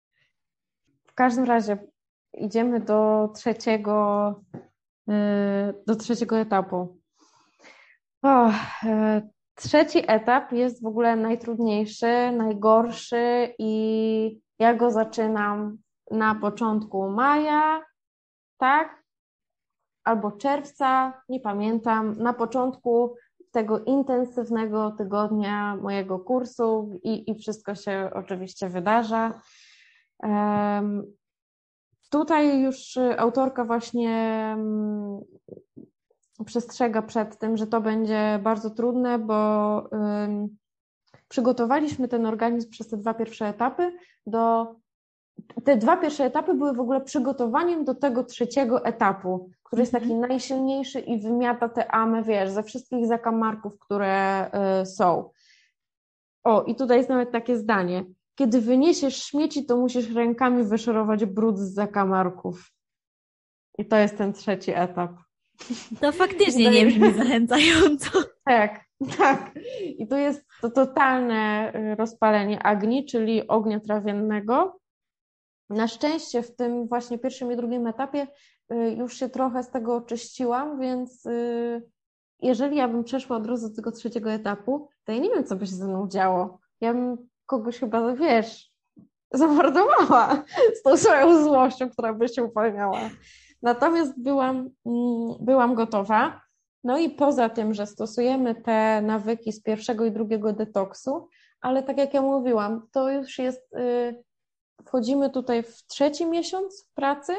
W każdym razie idziemy do trzeciego, yy, do trzeciego etapu. O, yy, trzeci etap jest w ogóle najtrudniejszy, najgorszy i ja go zaczynam na początku maja, tak? Albo czerwca, nie pamiętam, na początku tego intensywnego tygodnia mojego kursu i, i wszystko się oczywiście wydarza. Um, tutaj już autorka właśnie um, przestrzega przed tym, że to będzie bardzo trudne, bo um, przygotowaliśmy ten organizm przez te dwa pierwsze etapy do te dwa pierwsze etapy były w ogóle przygotowaniem do tego trzeciego etapu, który jest taki Mhm. najsilniejszy i wymiata te amy, wiesz, ze wszystkich zakamarków, które y, są. O, i tutaj jest nawet takie zdanie. Kiedy wyniesiesz śmieci, to musisz rękami wyszorować brud z zakamarków. I to jest ten trzeci etap. To I faktycznie nie tutaj, brzmi zachęcająco. tak, tak. I tu jest to totalne y, rozpalenie agni, czyli ognia trawiennego. Na szczęście w tym właśnie pierwszym i drugim etapie y, już się trochę z tego oczyściłam, więc y, jeżeli ja bym przeszła od razu do tego trzeciego etapu, to ja nie wiem, co by się ze mną działo. Ja bym kogoś chyba, wiesz, zamordowała z tą swoją złością, która by się upalniała. Natomiast byłam, mm, byłam gotowa. No i poza tym, że stosujemy te nawyki z pierwszego i drugiego detoksu, ale tak jak ja mówiłam, to już jest, y, wchodzimy tutaj w trzeci miesiąc pracy,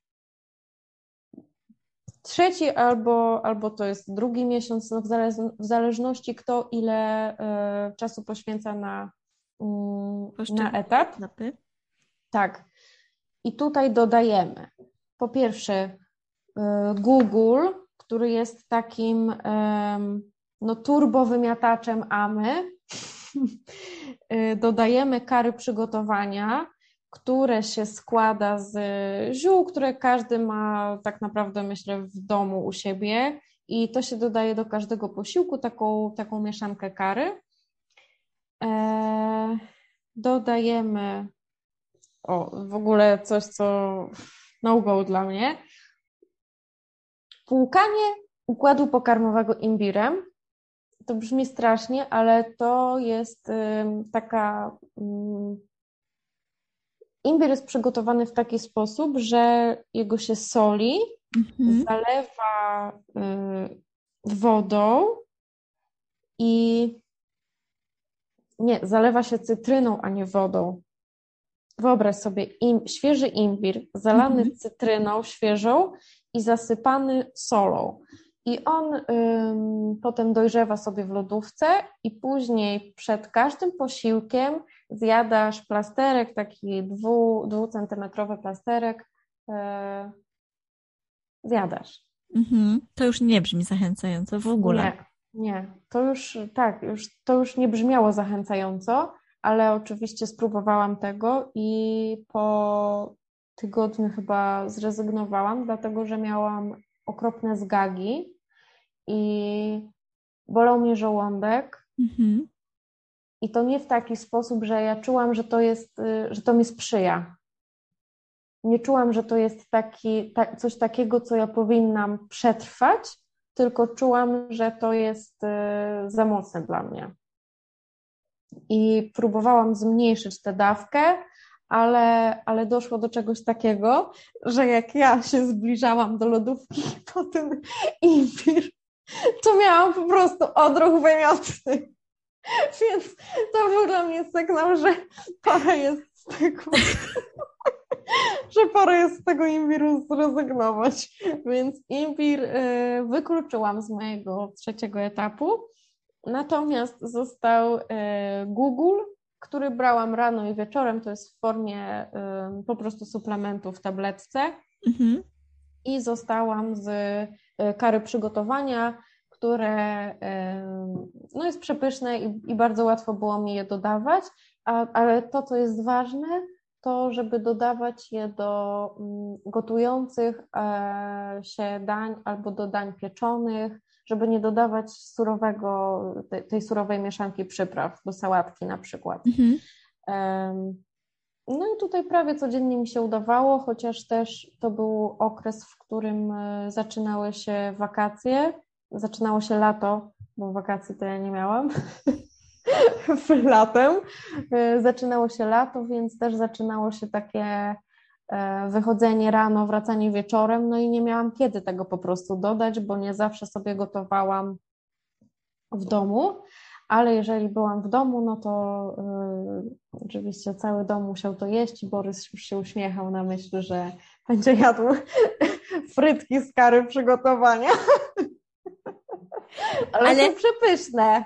trzeci albo, albo to jest drugi miesiąc, no w, zależ, w zależności kto ile y, czasu poświęca na, mm, na Poszczególne etap. etapy. Tak. I tutaj dodajemy po pierwsze y, Google, który jest takim em, no, turbowymiataczem amy. Y, Dodajemy kary przygotowania, które się składa z ziół, które każdy ma tak naprawdę, myślę, w domu u siebie i to się dodaje do każdego posiłku, taką, taką mieszankę kary. E, dodajemy o, w ogóle coś, co no-go dla mnie. Płukanie układu pokarmowego imbirem. To brzmi strasznie, ale to jest ym, taka... Ym, imbir jest przygotowany w taki sposób, że jego się soli, Mhm. zalewa y, wodą i nie, zalewa się cytryną, a nie wodą. Wyobraź sobie im, świeży imbir zalany Mhm. cytryną świeżą i zasypany solą. I on ym, potem dojrzewa sobie w lodówce i później przed każdym posiłkiem zjadasz plasterek, taki dwu, dwucentymetrowy plasterek, yy, zjadasz. Mhm. To już nie brzmi zachęcająco w ogóle. Nie, nie. To już tak, już, to już nie brzmiało zachęcająco, ale oczywiście spróbowałam tego i po tygodniu chyba zrezygnowałam, dlatego że miałam okropne zgagi i bolał mnie żołądek. Mhm. I to nie w taki sposób, że ja czułam, że to jest, że to mi sprzyja. Nie czułam, że to jest taki, ta, coś takiego, co ja powinnam przetrwać, tylko czułam, że to jest y, za mocne dla mnie. I próbowałam zmniejszyć tę dawkę, ale, ale doszło do czegoś takiego, że jak ja się zbliżałam do lodówki po tym imbir, to miałam po prostu odruch wymiotny. Więc to był dla mnie sygnał, że pora jest z tego, że pora jest z tego imbiru zrezygnować. Więc imbir y, wykluczyłam z mojego trzeciego etapu. Natomiast został y, Google, który brałam rano i wieczorem, to jest w formie y, po prostu suplementu w tabletce. Mhm. I zostałam z y, kary przygotowania, które y, no jest przepyszne i, i bardzo łatwo było mi je dodawać, a, ale to, co jest ważne, to żeby dodawać je do mm, gotujących e, się dań albo do dań pieczonych, żeby nie dodawać surowego, tej, tej surowej mieszanki przypraw do sałatki na przykład. Mhm. Um, no i tutaj prawie codziennie mi się udawało, chociaż też to był okres, w którym e, zaczynały się wakacje, zaczynało się lato, bo wakacji to ja nie miałam. W latem e, zaczynało się lato, więc też zaczynało się takie e, wychodzenie rano, wracanie wieczorem, no i nie miałam kiedy tego po prostu dodać, bo nie zawsze sobie gotowałam w domu, ale jeżeli byłam w domu, no to y, oczywiście cały dom musiał to jeść i Borys już się uśmiechał na myśl, że będzie jadł frytki z kary przygotowania. Ale, Ale są przepyszne.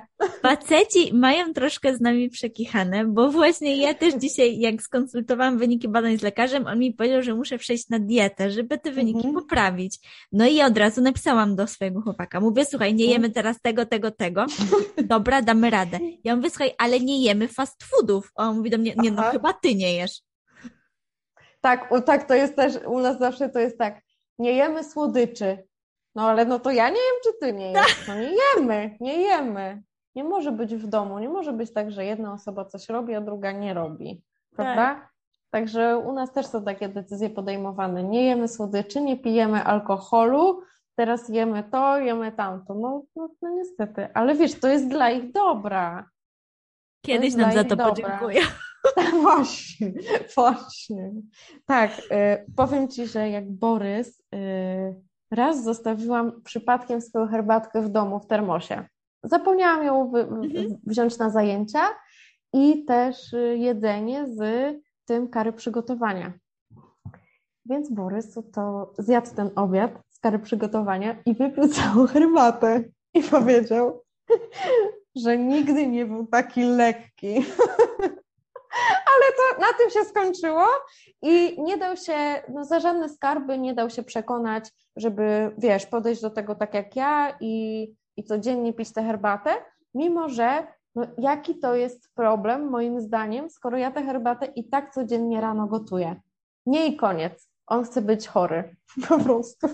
Faceci mają troszkę z nami przekichane, bo właśnie ja też dzisiaj, jak skonsultowałam wyniki badań z lekarzem, on mi powiedział, że muszę przejść na dietę, żeby te wyniki Mhm. poprawić. No i ja od razu napisałam do swojego chłopaka. Mówię, słuchaj, nie jemy teraz tego, tego, tego. Dobra, damy radę. Ja mówię, słuchaj, ale nie jemy fast foodów. A on mówi do mnie, nie no, Aha. chyba ty nie jesz. Tak, u, tak to jest też, u nas zawsze to jest tak, nie jemy słodyczy. No ale no to ja nie jem, czy ty nie jesz? No nie jemy, nie jemy. Nie może być w domu, nie może być tak, że jedna osoba coś robi, a druga nie robi, prawda? Tak. Także u nas też są takie decyzje podejmowane. Nie jemy słodyczy, nie pijemy alkoholu, teraz jemy to, jemy tamto. No, no, no niestety, ale wiesz, to jest dla ich dobra. Kiedyś jest nam dla za ich to dobra. podziękuję. Tak, właśnie, właśnie. Tak, y, powiem Ci, że jak Borys, y, raz zostawiłam przypadkiem swoją herbatkę w domu w termosie. Zapomniałam ją wy, Mhm. wziąć na zajęcia i też y, jedzenie z tym kary przygotowania. Więc Borys to zjadł ten obiad z kary przygotowania i wypił całą herbatę i powiedział, że nigdy nie był taki lekki. Ale to na tym się skończyło i nie dał się, no za żadne skarby nie dał się przekonać, żeby, wiesz, podejść do tego tak jak ja i, i codziennie pić tę herbatę, mimo że no, jaki to jest problem moim zdaniem, skoro ja tę herbatę i tak codziennie rano gotuję. Nie i koniec. On chce być chory. Po prostu.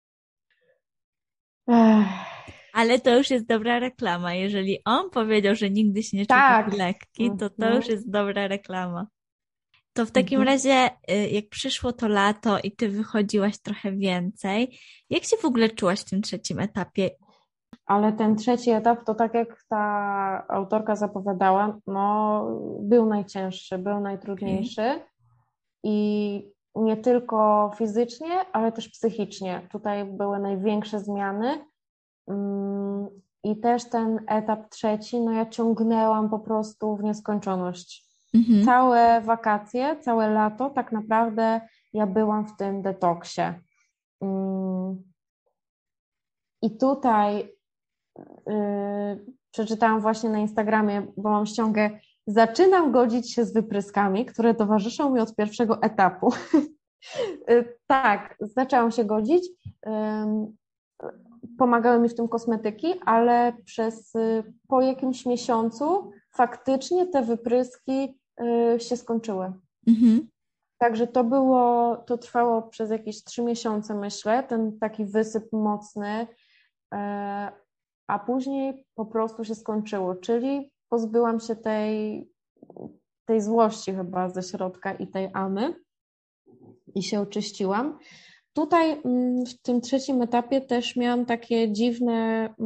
Ech. Ale to już jest dobra reklama. Jeżeli on powiedział, że nigdy się nie czuł Tak. taki lekki, to to Mhm. już jest dobra reklama. To w takim Mhm. razie, y, jak przyszło to lato i ty wychodziłaś trochę więcej, jak się w ogóle czułaś w tym trzecim etapie? Ale ten trzeci etap, to tak jak ta autorka zapowiadała, no był najcięższy, był najtrudniejszy i nie tylko fizycznie, ale też psychicznie. Tutaj były największe zmiany mm, i też ten etap trzeci, no ja ciągnęłam po prostu w nieskończoność. Mhm. Całe wakacje, całe lato tak naprawdę ja byłam w tym detoksie. Mm. I tutaj Yy, przeczytałam właśnie na Instagramie, bo mam ściągę, zaczynam godzić się z wypryskami, które towarzyszą mi od pierwszego etapu. Yy, tak, zaczęłam się godzić. Yy, pomagały mi w tym kosmetyki, ale przez yy, po jakimś miesiącu faktycznie te wypryski yy, się skończyły. Mhm. Także to było, to trwało przez jakieś trzy miesiące, myślę, ten taki wysyp mocny. Yy, a później po prostu się skończyło, czyli pozbyłam się tej, tej złości chyba ze środka i tej Amy i się oczyściłam. Tutaj w tym trzecim etapie też miałam takie dziwne,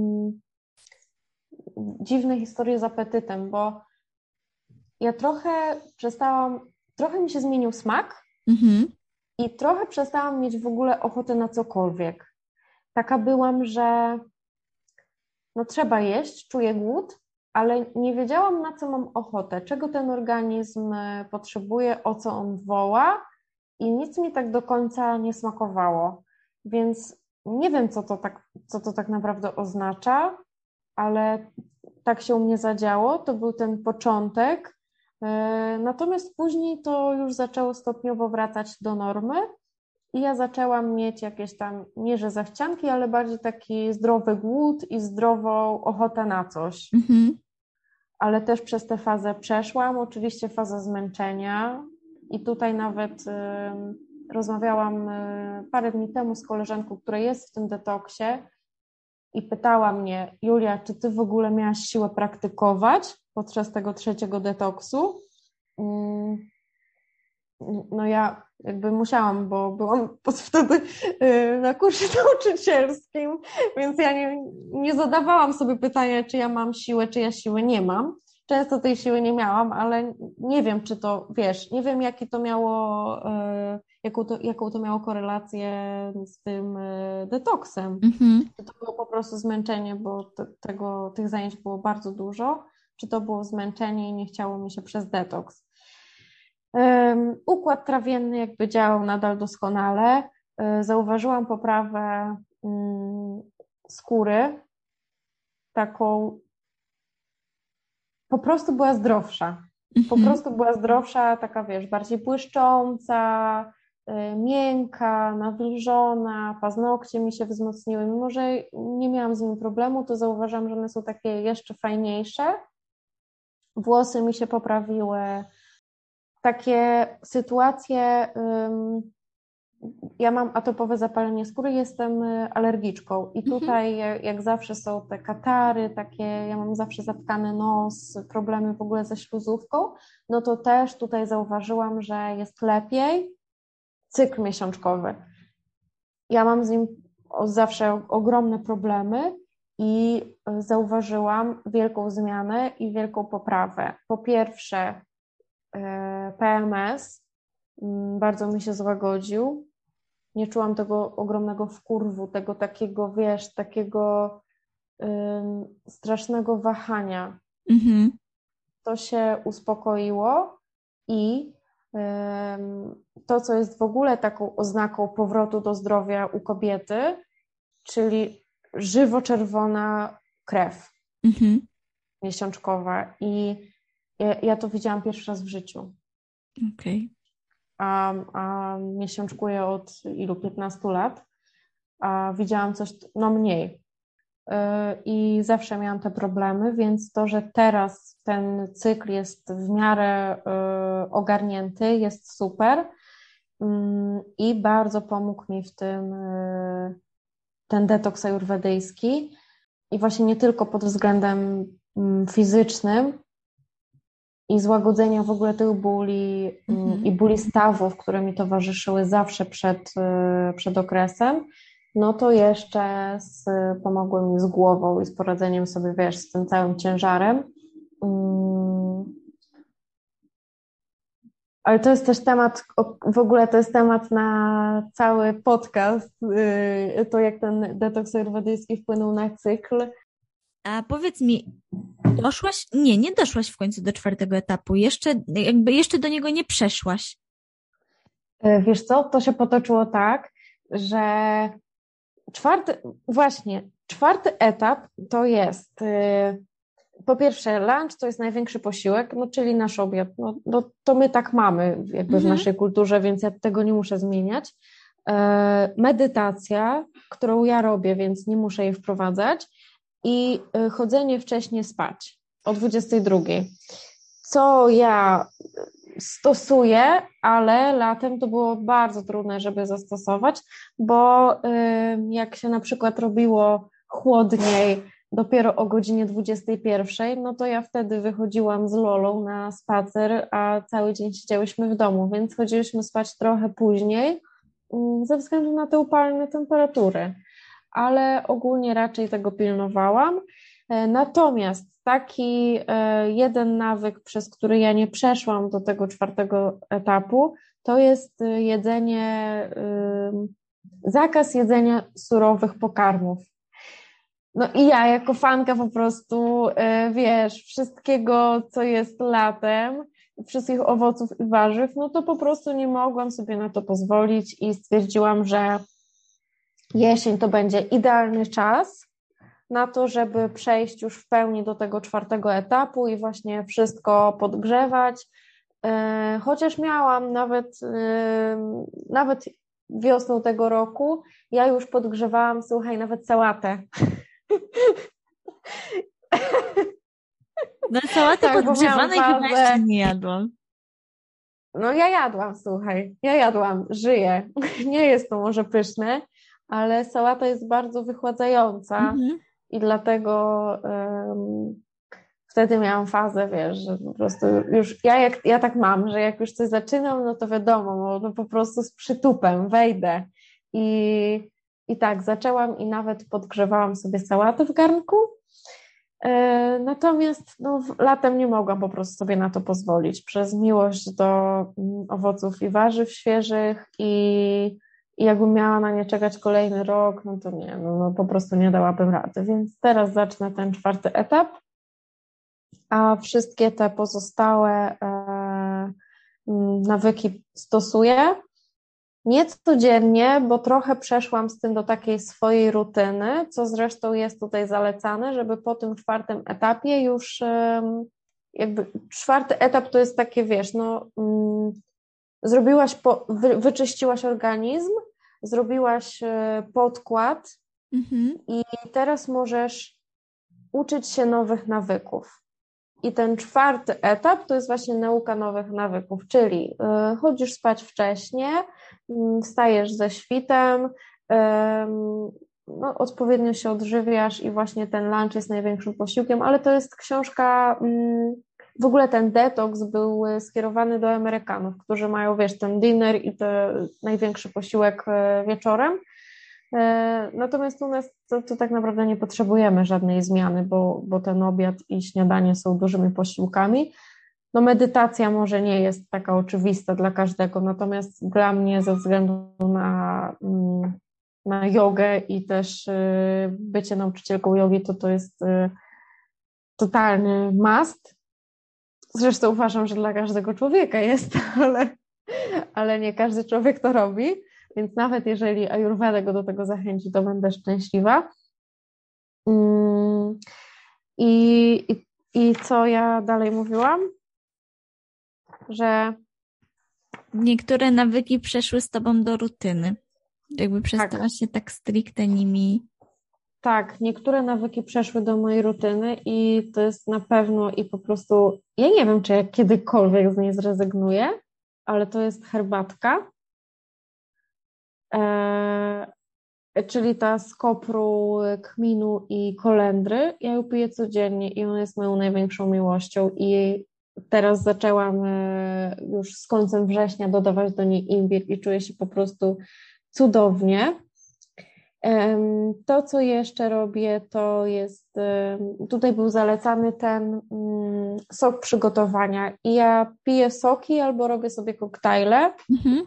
dziwne historie z apetytem, bo ja trochę przestałam, trochę mi się zmienił smak Mhm. i trochę przestałam mieć w ogóle ochotę na cokolwiek. Taka byłam, że no trzeba jeść, czuję głód, ale nie wiedziałam, na co mam ochotę, czego ten organizm potrzebuje, o co on woła i nic mi tak do końca nie smakowało. Więc nie wiem, co to tak, co to tak naprawdę oznacza, ale tak się u mnie zadziało, to był ten początek. Natomiast później to już zaczęło stopniowo wracać do normy. I ja zaczęłam mieć jakieś tam, nie że zachcianki, ale bardziej taki zdrowy głód i zdrową ochotę na coś. Mhm. Ale też przez tę fazę przeszłam, oczywiście fazę zmęczenia i tutaj nawet y, rozmawiałam y, parę dni temu z koleżanką, która jest w tym detoksie i pytała mnie, Julia, czy ty w ogóle miałaś siłę praktykować podczas tego trzeciego detoksu? Y, No ja jakby musiałam, bo byłam wtedy na kursie nauczycielskim, więc ja nie, nie zadawałam sobie pytania, czy ja mam siłę, czy ja siły nie mam. Często tej siły nie miałam, ale nie wiem, czy to, wiesz, nie wiem, jaki to miało, jaką to, jaką to miało korelację z tym detoksem. Mhm. Czy to było po prostu zmęczenie, bo te, tego, tych zajęć było bardzo dużo, czy to było zmęczenie i nie chciało mi się przez detoks. Um, układ trawienny jakby działał nadal doskonale. Zauważyłam poprawę um, skóry, taką po prostu była zdrowsza. Po Mhm. prostu była zdrowsza, taka wiesz, bardziej błyszcząca, y, miękka, nawilżona, paznokcie mi się wzmocniły. Mimo że nie miałam z nimi problemu, to zauważyłam, że one są takie jeszcze fajniejsze. Włosy mi się poprawiły. Takie sytuacje, ym, ja mam atopowe zapalenie skóry, jestem y, alergiczką i Mhm. tutaj jak, jak zawsze są te katary, takie, ja mam zawsze zatkany nos, problemy w ogóle ze śluzówką, no to też tutaj zauważyłam, że jest lepiej. Cykl miesiączkowy. Ja mam z nim o- zawsze ogromne problemy i y, zauważyłam wielką zmianę i wielką poprawę. Po pierwsze, y, P M S mm, bardzo mi się złagodził. Nie czułam tego ogromnego wkurwu, tego takiego, wiesz, takiego ym, strasznego wahania. Mhm. To się uspokoiło i ym, to, co jest w ogóle taką oznaką powrotu do zdrowia u kobiety, czyli żywo-czerwona krew Mhm. miesiączkowa. I ja, ja to widziałam pierwszy raz w życiu. Okej. A, a miesiączkuję od ilu? piętnastu lat. A widziałam coś, no mniej. Yy, I zawsze miałam te problemy, więc to, że teraz ten cykl jest w miarę yy, ogarnięty, jest super. Yy, I bardzo pomógł mi w tym yy, ten detoks ajurwedyjski. I właśnie nie tylko pod względem yy, fizycznym i złagodzenia w ogóle tych bóli yy, Mhm. i bóli stawów, które mi towarzyszyły zawsze przed, yy, przed okresem, no to jeszcze z, pomogły mi z głową i z poradzeniem sobie, wiesz, z tym całym ciężarem. Mm. Ale to jest też temat, w ogóle to jest temat na cały podcast, yy, to jak ten detoks ajurwedyjski wpłynął na cykl. A powiedz mi, doszłaś? Nie, nie doszłaś w końcu do czwartego etapu. Jeszcze, jakby jeszcze do niego nie przeszłaś. Yy, Wiesz co, to się potoczyło tak, że czwarty, właśnie, czwarty etap to jest yy, po pierwsze, lunch to jest największy posiłek, no czyli nasz obiad. No, no, to my tak mamy jakby w Mhm. naszej kulturze, więc ja tego nie muszę zmieniać. E, medytacja, którą ja robię, więc nie muszę jej wprowadzać i e, chodzenie wcześniej spać o dwudziestej drugiej. Co ja stosuję, ale latem to było bardzo trudne, żeby zastosować, bo e, jak się na przykład robiło chłodniej, dopiero o godzinie dwudziestej pierwszej, no to ja wtedy wychodziłam z Lolą na spacer, a cały dzień siedziałyśmy w domu, więc chodziliśmy spać trochę później mm, ze względu na te upalne temperatury, ale ogólnie raczej tego pilnowałam. E, Natomiast taki e, jeden nawyk, przez który ja nie przeszłam do tego czwartego etapu, to jest e, jedzenie, y, zakaz jedzenia surowych pokarmów. No i ja jako fanka po prostu, e, wiesz, wszystkiego, co jest latem, wszystkich owoców i warzyw, no to po prostu nie mogłam sobie na to pozwolić i stwierdziłam, że jesień to będzie idealny czas na to, żeby przejść już w pełni do tego czwartego etapu i właśnie wszystko podgrzewać. E, Chociaż miałam nawet, e, nawet wiosną tego roku, ja już podgrzewałam, słuchaj, nawet sałatę. No sałaty Tak, bo miałam podgrzewanej chyba jeszcze fazę. nie jadłam. No ja jadłam, słuchaj, ja jadłam, żyję. Nie jest to może pyszne, ale sałata jest bardzo wychładzająca Mhm. i dlatego um, wtedy miałam fazę, wiesz, że po prostu już, ja, jak, ja tak mam, że jak już coś zaczynam, no to wiadomo, no, no po prostu z przytupem wejdę i, i tak zaczęłam i nawet podgrzewałam sobie sałatę w garnku. Natomiast no, latem nie mogłam po prostu sobie na to pozwolić przez miłość do owoców i warzyw świeżych i, i jakbym miała na nie czekać kolejny rok, no to nie, no, no po prostu nie dałabym rady. Więc teraz zacznę ten czwarty etap, a wszystkie te pozostałe e, nawyki stosuję. Nie codziennie, bo trochę przeszłam z tym do takiej swojej rutyny, co zresztą jest tutaj zalecane, żeby po tym czwartym etapie już jakby czwarty etap to jest takie, wiesz, no mm, zrobiłaś, po, wy, wyczyściłaś organizm, zrobiłaś podkład Mhm. i teraz możesz uczyć się nowych nawyków. I ten czwarty etap to jest właśnie nauka nowych nawyków, czyli y, chodzisz spać wcześnie, y, wstajesz ze świtem, y, no, odpowiednio się odżywiasz i właśnie ten lunch jest największym posiłkiem, ale to jest książka, y, w ogóle ten detoks był skierowany do Amerykanów, którzy mają, wiesz, ten dinner i ten największy posiłek y, wieczorem. Natomiast u nas to, to tak naprawdę nie potrzebujemy żadnej zmiany, bo, bo ten obiad i śniadanie są dużymi posiłkami. No medytacja może nie jest taka oczywista dla każdego, natomiast dla mnie ze względu na, na jogę i też bycie nauczycielką jogi, to to jest totalny must. Zresztą uważam, że dla każdego człowieka jest, ale, ale nie każdy człowiek to robi. Więc nawet jeżeli Ayurveda go do tego zachęci, to będę szczęśliwa. I, i, i co ja dalej mówiłam? Że niektóre nawyki przeszły z tobą do rutyny. Jakby przestałaś się tak stricte nimi... Tak, niektóre nawyki przeszły do mojej rutyny i to jest na pewno i po prostu, ja nie wiem, czy ja kiedykolwiek z niej zrezygnuję, ale to jest herbatka. E, czyli ta z kopru, kminu i kolendry. Ja ją piję codziennie i ona jest moją największą miłością i teraz zaczęłam już z końcem września dodawać do niej imbir i czuję się po prostu cudownie. To, co jeszcze robię, to jest, tutaj był zalecany ten sok przygotowania i ja piję soki albo robię sobie koktajle. Mhm.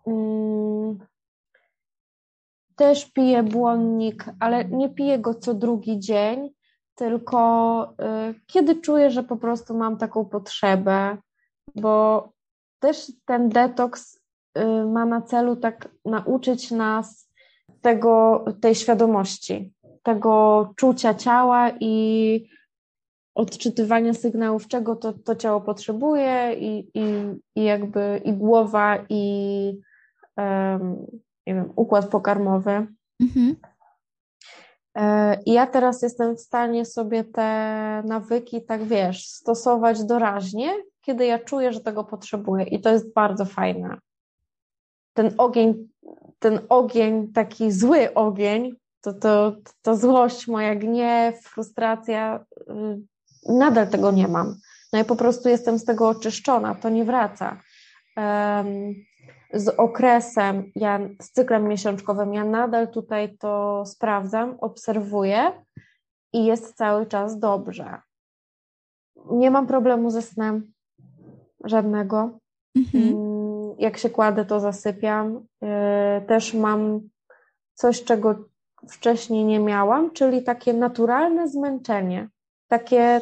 Też piję błonnik, ale nie piję go co drugi dzień, tylko y, kiedy czuję, że po prostu mam taką potrzebę, bo też ten detoks y, ma na celu tak nauczyć nas tego, tej świadomości, tego czucia ciała i odczytywania sygnałów, czego to, to ciało potrzebuje i, i, i jakby i głowa i um, nie wiem, układ pokarmowy. Mhm. I ja teraz jestem w stanie sobie te nawyki, tak wiesz, stosować doraźnie, kiedy ja czuję, że tego potrzebuję i to jest bardzo fajne. Ten ogień, ten ogień, taki zły ogień, to, to, to złość, moja gniew, frustracja, nadal tego nie mam. No i po prostu jestem z tego oczyszczona, to nie wraca. Um, z okresem, ja, z cyklem miesiączkowym, ja nadal tutaj to sprawdzam, obserwuję i jest cały czas dobrze. Nie mam problemu ze snem, żadnego. Mhm. Jak się kładę, to zasypiam. Też mam coś, czego wcześniej nie miałam, czyli takie naturalne zmęczenie, takie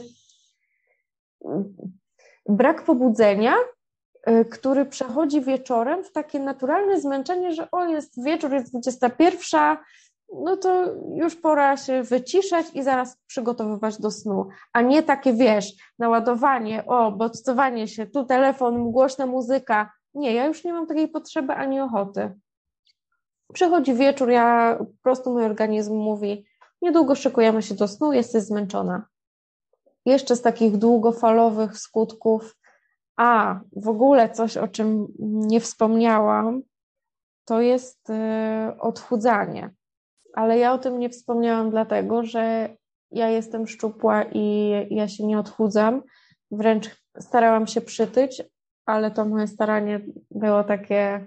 brak pobudzenia, który przechodzi wieczorem w takie naturalne zmęczenie, że o, jest wieczór, jest dwudziesta pierwsza, no to już pora się wyciszać i zaraz przygotowywać do snu, a nie takie, wiesz, naładowanie, o, bodźcowanie się, tu telefon, głośna muzyka. Nie, ja już nie mam takiej potrzeby ani ochoty. Przychodzi wieczór, ja po prostu mój organizm mówi, niedługo szykujemy się do snu, jesteś zmęczona. Jeszcze z takich długofalowych skutków, a w ogóle coś, o czym nie wspomniałam, to jest odchudzanie. Ale ja o tym nie wspomniałam dlatego, że ja jestem szczupła i ja się nie odchudzam. Wręcz starałam się przytyć, ale to moje staranie było takie...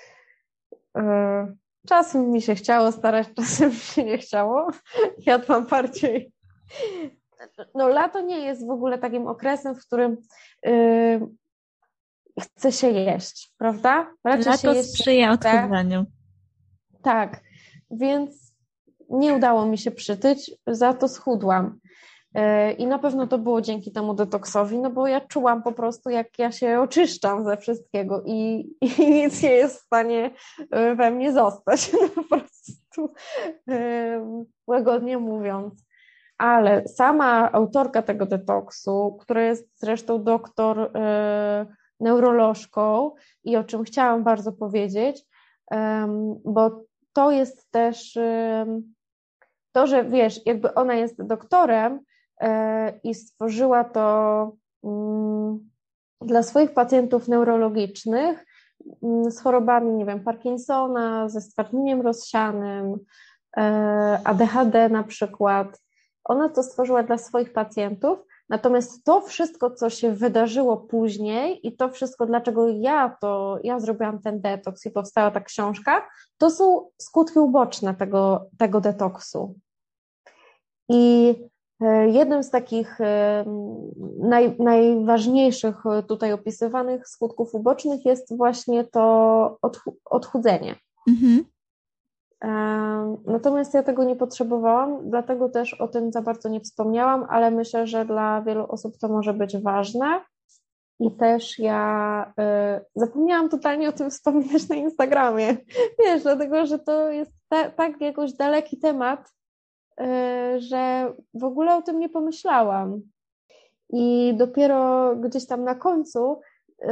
Czasem mi się chciało starać, czasem mi się nie chciało. Jadłam bardziej... No lato nie jest w ogóle takim okresem, w którym yy, chce się jeść, prawda? Raczej lato się sprzyja odchudzaniu. Tak, więc nie udało mi się przytyć, za to schudłam. Yy, I na pewno to było dzięki temu detoksowi, no bo ja czułam po prostu, jak ja się oczyszczam ze wszystkiego i, i nic nie jest w stanie we mnie zostać, no po prostu yy, łagodnie mówiąc. ale sama autorka tego detoksu, która jest zresztą doktor y, neurolożką i o czym chciałam bardzo powiedzieć, y, bo to jest też y, to, że wiesz, jakby ona jest doktorem y, i stworzyła to y, dla swoich pacjentów neurologicznych y, z chorobami, nie wiem, Parkinsona, ze stwardnieniem rozsianym, y, A D H D na przykład. Ona to stworzyła dla swoich pacjentów, natomiast to wszystko, co się wydarzyło później i to wszystko, dlaczego ja to, ja zrobiłam ten detoks i powstała ta książka, to są skutki uboczne tego, tego detoksu. I jednym z takich naj, najważniejszych tutaj opisywanych skutków ubocznych jest właśnie to odchudzenie. Mhm. Natomiast ja tego nie potrzebowałam, dlatego też o tym za bardzo nie wspomniałam, ale myślę, że dla wielu osób to może być ważne. I też ja y, zapomniałam totalnie o tym wspominać na Instagramie, wiesz, dlatego, że to jest ta, tak jakoś daleki temat, y, że w ogóle o tym nie pomyślałam. I dopiero gdzieś tam na końcu y,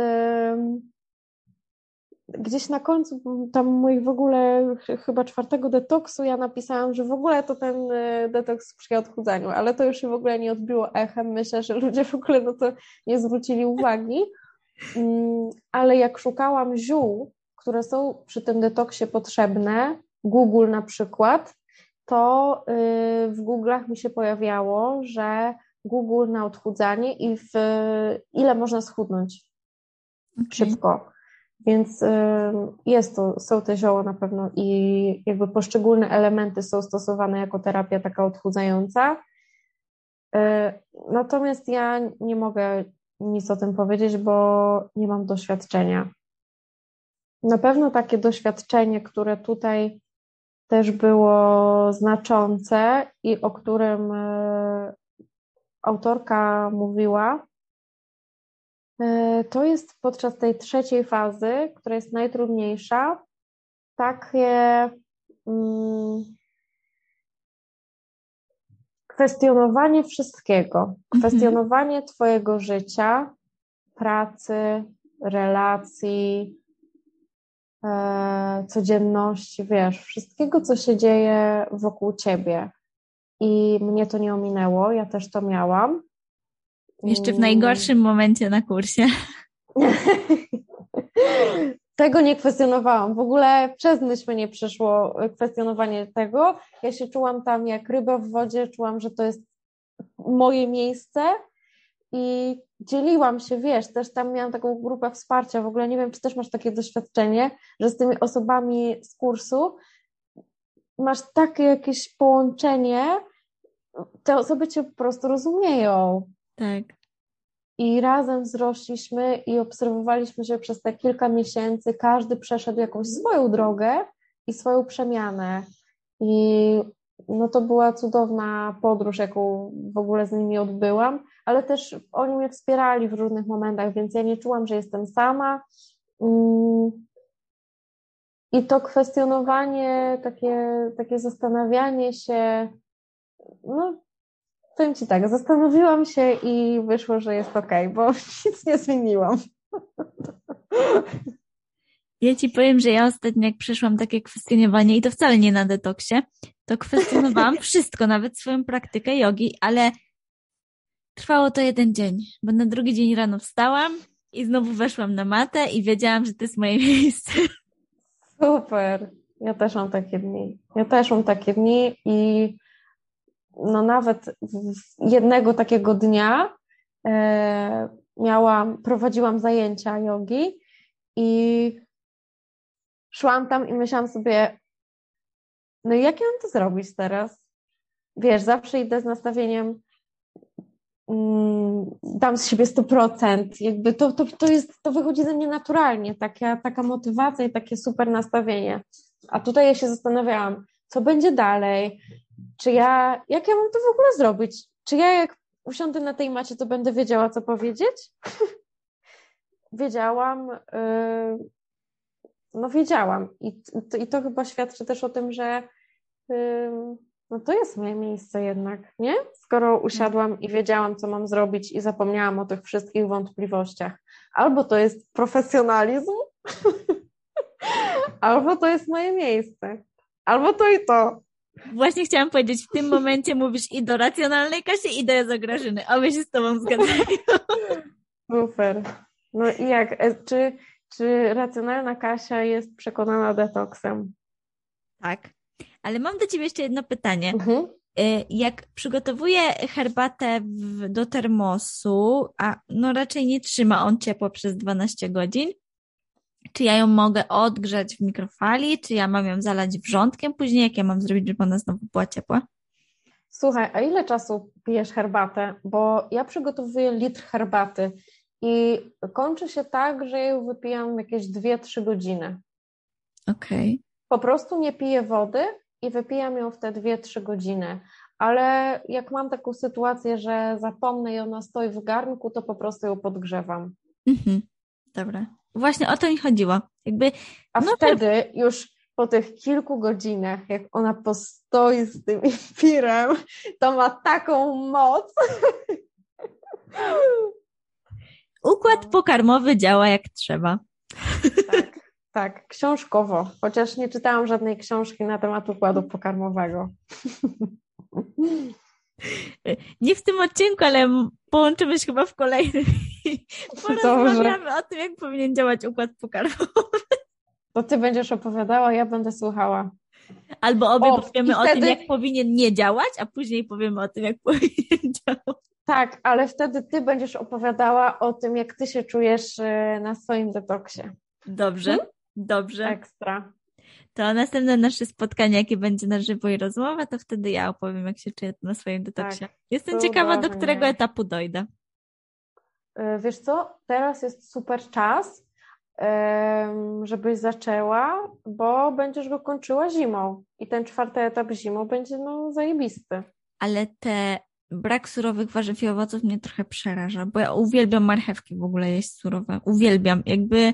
Gdzieś na końcu tam moich w ogóle chyba czwartego detoksu ja napisałam, że w ogóle to ten detoks sprzyja odchudzaniu, ale to już się w ogóle nie odbiło echem. Myślę, że ludzie w ogóle na to nie zwrócili uwagi. Ale jak szukałam ziół, które są przy tym detoksie potrzebne, Google na przykład, to w Google'ach mi się pojawiało, że Google na odchudzanie i w ile można schudnąć okay. szybko. Więc jest to, są te zioła na pewno i jakby poszczególne elementy są stosowane jako terapia taka odchudzająca. Natomiast ja nie mogę nic o tym powiedzieć, bo nie mam doświadczenia. Na pewno takie doświadczenie, które tutaj też było znaczące i o którym autorka mówiła, to jest podczas tej trzeciej fazy, która jest najtrudniejsza, takie mm, kwestionowanie wszystkiego, kwestionowanie mhm. Twojego życia, pracy, relacji, e, codzienności, wiesz, wszystkiego, co się dzieje wokół Ciebie. I mnie to nie ominęło, ja też to miałam. Jeszcze w najgorszym momencie na kursie. Tego nie kwestionowałam. W ogóle przez myśl mi nie przyszło kwestionowanie tego. Ja się czułam tam jak ryba w wodzie, czułam, że to jest moje miejsce i dzieliłam się, wiesz, też tam miałam taką grupę wsparcia. W ogóle nie wiem, czy też masz takie doświadczenie, że z tymi osobami z kursu masz takie jakieś połączenie, te osoby cię po prostu rozumieją. Tak. I razem wzrośliśmy i obserwowaliśmy się przez te kilka miesięcy. Każdy przeszedł jakąś swoją drogę i swoją przemianę. I no to była cudowna podróż, jaką w ogóle z nimi odbyłam, ale też oni mnie wspierali w różnych momentach, więc ja nie czułam, że jestem sama. I to kwestionowanie, takie, takie zastanawianie się, no powiem Ci tak, zastanowiłam się i wyszło, że jest okej, bo nic nie zmieniłam. Ja Ci powiem, że ja ostatnio jak przeszłam takie kwestionowanie i to wcale nie na detoksie, to kwestionowałam wszystko, nawet swoją praktykę jogi, ale trwało to jeden dzień, bo na drugi dzień rano wstałam i znowu weszłam na matę i wiedziałam, że to jest moje miejsce. Super. Ja też mam takie dni. Ja też mam takie dni i no nawet jednego takiego dnia e, miałam, prowadziłam zajęcia jogi i szłam tam i myślałam sobie, no jak ja mam to zrobić teraz? Wiesz, zawsze idę z nastawieniem mm, dam z siebie sto procent, jakby to, to, to jest, to wychodzi ze mnie naturalnie, taka, taka motywacja i takie super nastawienie. A tutaj ja się zastanawiałam, co będzie dalej, czy ja, jak ja mam to w ogóle zrobić? Czy ja jak usiądę na tej macie, to będę wiedziała, co powiedzieć? Wiedziałam, yy, no wiedziałam i to, i to chyba świadczy też o tym, że yy, No to jest moje miejsce jednak, nie? Skoro usiadłam i wiedziałam, co mam zrobić i zapomniałam o tych wszystkich wątpliwościach. Albo to jest profesjonalizm, albo to jest moje miejsce. Albo to i to. Właśnie chciałam powiedzieć, w tym momencie mówisz i do racjonalnej Kasi, i do Grażyny. Obie się z tobą zgadzają. Super. No i jak? Czy, czy racjonalna Kasia jest przekonana detoksem? Tak. Ale mam do ciebie jeszcze jedno pytanie. Mhm. Jak przygotowuję herbatę w, do termosu, a no raczej nie trzyma on ciepło przez dwanaście godzin, czy ja ją mogę odgrzać w mikrofali, czy ja mam ją zalać wrzątkiem później, jak ja mam zrobić, żeby ona znowu była ciepła? Słuchaj, a ile czasu pijesz herbatę? Bo ja przygotowuję litr herbaty i kończy się tak, że ja ją wypijam jakieś dwie trzy godziny. Okej. Okay. Po prostu nie piję wody i wypijam ją w te dwie trzy godziny. Ale jak mam taką sytuację, że zapomnę i ona stoi w garnku, to po prostu ją podgrzewam. Mhm. Dobra. Właśnie o to mi chodziło. Jakby, A no, wtedy już po tych kilku godzinach, jak ona postoi z tym impirem, to ma taką moc. Układ pokarmowy działa jak trzeba. Tak, tak, książkowo. Chociaż nie czytałam żadnej książki na temat układu pokarmowego. Nie w tym odcinku, ale połączymy się chyba w kolejnym. Porozmawiamy o tym, jak powinien działać układ pokarmowy. To ty będziesz opowiadała, ja będę słuchała. Albo obie o, powiemy wtedy... o tym, jak powinien nie działać, a później powiemy o tym, jak powinien działać. Tak, ale wtedy ty będziesz opowiadała o tym, jak ty się czujesz na swoim detoksie. Dobrze, hmm? Dobrze. Ekstra. To następne nasze spotkanie, jakie będzie na żywo i rozmowa, to wtedy ja opowiem, jak się czuję na swoim detoksie. Tak, Jestem ciekawa, do którego etapu dojdę. Wiesz co, teraz jest super czas, żebyś zaczęła, bo będziesz go kończyła zimą i ten czwarty etap zimą będzie no zajebisty. Ale te brak surowych warzyw i owoców mnie trochę przeraża, bo ja uwielbiam marchewki w ogóle jeść surowe. Uwielbiam. Jakby...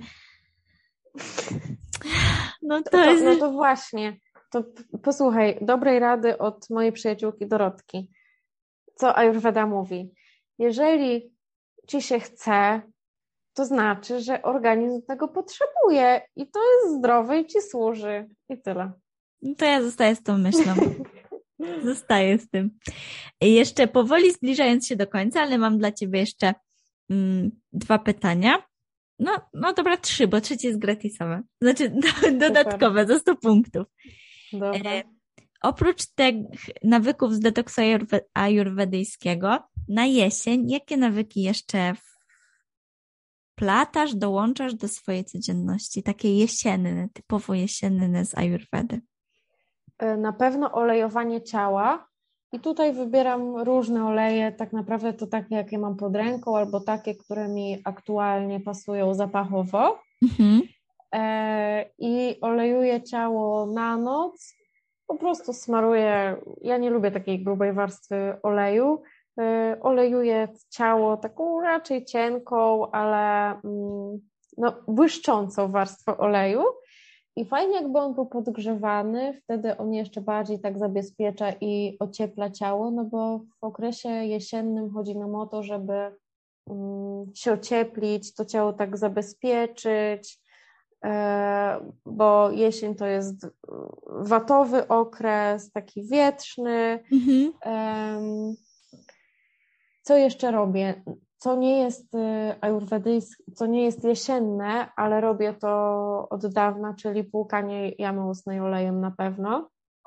No to, to, jest... no to właśnie. To posłuchaj, dobrej rady od mojej przyjaciółki Dorotki. Co Ayurveda mówi? Jeżeli ci się chce, to znaczy, że organizm tego potrzebuje i to jest zdrowe i ci służy. I tyle. No to ja zostaję z tą myślą. Zostaję z tym. I jeszcze powoli zbliżając się do końca, ale mam dla ciebie jeszcze mm, dwa pytania. No, no dobra, trzy, bo trzecie jest gratisowe. Znaczy do, dodatkowe, za sto punktów. Dobra. E, oprócz tych nawyków z detoksu ajurwedyjskiego, na jesień, jakie nawyki jeszcze wplatasz, dołączasz do swojej codzienności? Takie jesienne, typowo jesienne z ajurwedy. Na pewno olejowanie ciała. I tutaj wybieram różne oleje, tak naprawdę to takie, jakie mam pod ręką, albo takie, które mi aktualnie pasują zapachowo. Mhm. E, I olejuję ciało na noc, po prostu smaruję, ja nie lubię takiej grubej warstwy oleju, e, olejuję ciało taką raczej cienką, ale mm, no, błyszczącą warstwę oleju. I fajnie, jakby on był podgrzewany, wtedy on jeszcze bardziej tak zabezpiecza i ociepla ciało, no bo w okresie jesiennym chodzi nam o to, żeby um, się ocieplić, to ciało tak zabezpieczyć, e, bo jesień to jest watowy okres, taki wietrzny. Mhm. E, co jeszcze robię? Co nie jest ajurwedyjskie, co nie jest jesienne, ale robię to od dawna, czyli płukanie jamy ustnej olejem na pewno.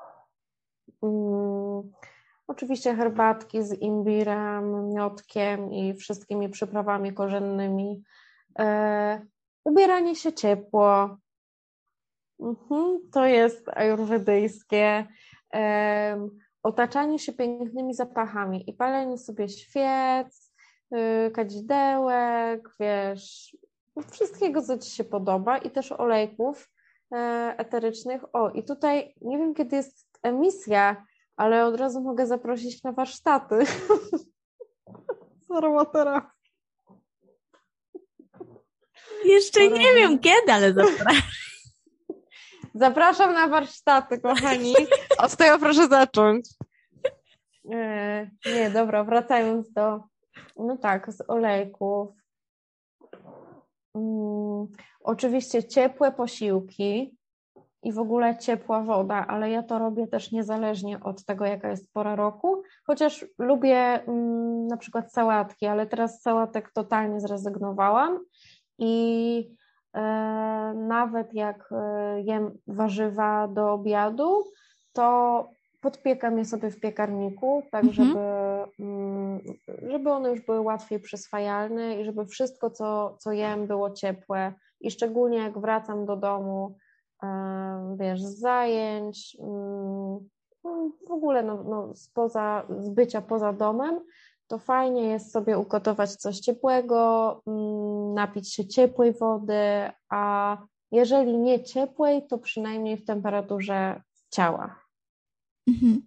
Um, oczywiście herbatki z imbirem, miodkiem i wszystkimi przyprawami korzennymi. E, ubieranie się ciepło. Mhm, to jest ajurwedyjskie. E, otaczanie się pięknymi zapachami i palenie sobie świec, kadzidełek, wiesz, wszystkiego, co ci się podoba i też olejków eterycznych. O, i tutaj nie wiem, kiedy jest emisja, ale od razu mogę zaprosić na warsztaty z aromaterapii. Jeszcze nie wiem kiedy, ale zapraszam. Zapraszam na warsztaty, kochani. Od tego proszę zacząć. E, nie, dobra, wracając do, no tak, z olejków. Mm, oczywiście ciepłe posiłki i w ogóle ciepła woda, ale ja to robię też niezależnie od tego, jaka jest pora roku, chociaż lubię mm, na przykład sałatki, ale teraz z sałatek totalnie zrezygnowałam i e, nawet jak e, jem warzywa do obiadu, to podpiekam je sobie w piekarniku, tak Mhm. żeby, mm, żeby one już były łatwiej przyswajalne i żeby wszystko, co, co jem, było ciepłe i szczególnie jak wracam do domu, wiesz, z zajęć, w ogóle no, no, spoza, z bycia poza domem, to fajnie jest sobie ugotować coś ciepłego, napić się ciepłej wody, a jeżeli nie ciepłej, to przynajmniej w temperaturze ciała. Mhm.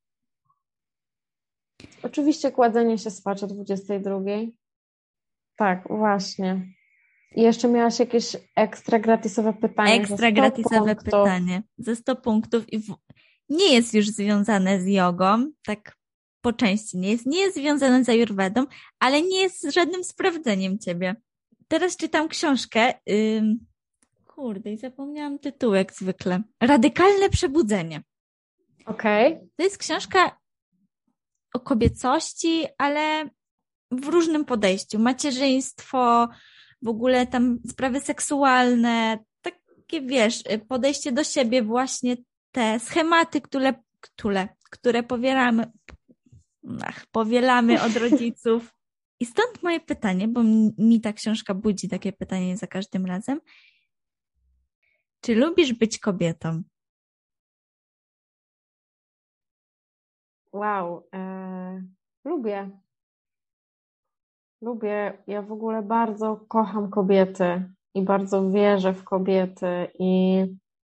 Oczywiście kładzenie się spać o dwudziestej drugiej. Tak, właśnie. I jeszcze miałaś jakieś ekstra gratisowe pytanie. Ekstra gratisowe pytanie. Ze sto punktów i w... nie jest już związane z jogą, tak po części nie jest. Nie jest związane z ajurwedą, ale nie jest żadnym sprawdzeniem ciebie. Teraz czytam książkę. Ym... Kurde, i zapomniałam tytułu jak zwykle. Radykalne przebudzenie. Okej. Okay. To jest książka o kobiecości, ale w różnym podejściu. Macierzyństwo, w ogóle tam sprawy seksualne, takie wiesz, podejście do siebie, właśnie te schematy, które, które, które powielamy, ach, powielamy od rodziców. I stąd moje pytanie, bo mi, mi ta książka budzi takie pytanie za każdym razem. Czy lubisz być kobietą? Wow, e, lubię. Lubię. Ja w ogóle bardzo kocham kobiety i bardzo wierzę w kobiety i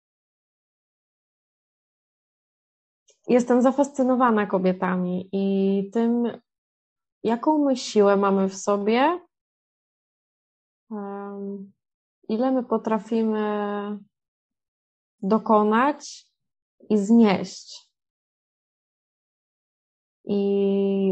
jestem zafascynowana kobietami i tym, jaką my siłę mamy w sobie, um, ile my potrafimy dokonać i znieść. I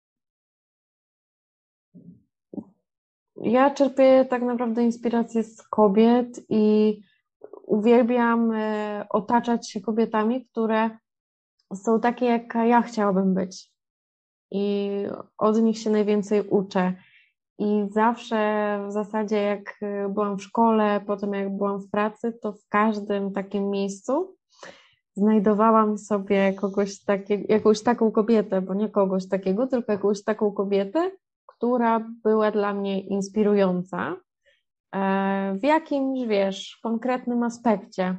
ja czerpię tak naprawdę inspirację z kobiet i uwielbiam otaczać się kobietami, które są takie, jak ja chciałabym być. I od nich się najwięcej uczę. I zawsze w zasadzie jak byłam w szkole, potem jak byłam w pracy, to w każdym takim miejscu znajdowałam sobie kogoś takiego, jakąś taką kobietę, bo nie kogoś takiego, tylko jakąś taką kobietę, która była dla mnie inspirująca w jakimś, wiesz, konkretnym aspekcie.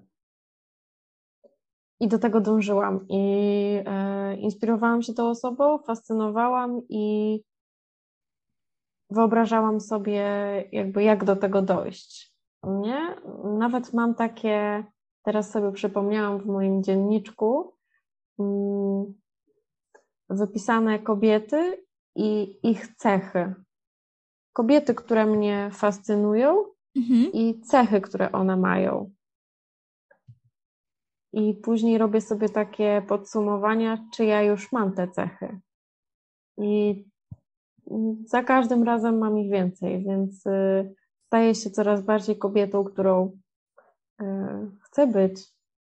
I do tego dążyłam i e, inspirowałam się tą osobą, fascynowałam i wyobrażałam sobie jakby jak do tego dojść. Nie? Nawet mam takie, teraz sobie przypomniałam w moim dzienniczku, mm, wypisane kobiety i ich cechy. Kobiety, które mnie fascynują Mhm. i cechy, które one mają. I później robię sobie takie podsumowania, czy ja już mam te cechy. I za każdym razem mam ich więcej, więc staję się coraz bardziej kobietą, którą chcę być.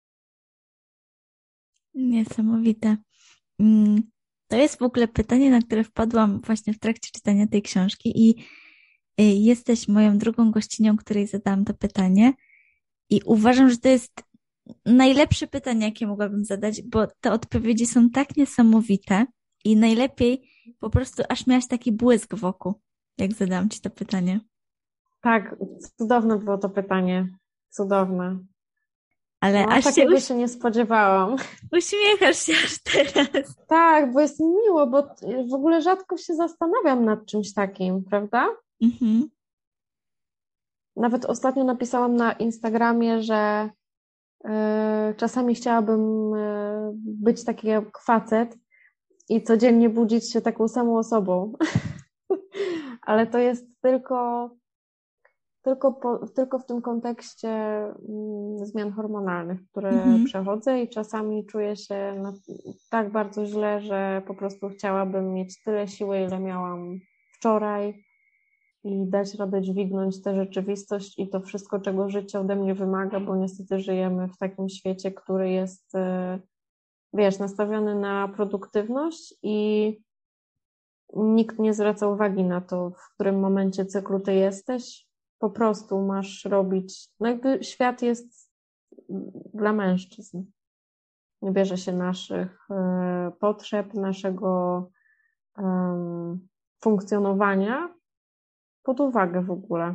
Niesamowite. To jest w ogóle pytanie, na które wpadłam właśnie w trakcie czytania tej książki i jesteś moją drugą gościnią, której zadałam to pytanie i uważam, że to jest najlepsze pytanie, jakie mogłabym zadać, bo te odpowiedzi są tak niesamowite i najlepiej po prostu aż miałaś taki błysk wokół, jak zadałam ci to pytanie. Tak, cudowne było to pytanie. Cudowne. Ale no, aż takiego się, uś... się nie spodziewałam. Uśmiechasz się aż teraz. Tak, bo jest mi miło, bo w ogóle rzadko się zastanawiam nad czymś takim, prawda? Mhm. Nawet ostatnio napisałam na Instagramie, że y, czasami chciałabym y, być taki jak facet i codziennie budzić się taką samą osobą. Ale to jest tylko tylko, po, tylko w tym kontekście mm, zmian hormonalnych, które Mhm. przechodzę i czasami czuję się na, tak bardzo źle, że po prostu chciałabym mieć tyle siły, ile miałam wczoraj i dać radę dźwignąć tę rzeczywistość i to wszystko, czego życie ode mnie wymaga, bo niestety żyjemy w takim świecie, który jest, e, wiesz, nastawiony na produktywność i nikt nie zwraca uwagi na to, w którym momencie cyklu ty jesteś. Po prostu masz robić, no jakby świat jest dla mężczyzn. Nie bierze się naszych e, potrzeb, naszego em, funkcjonowania pod uwagę w ogóle.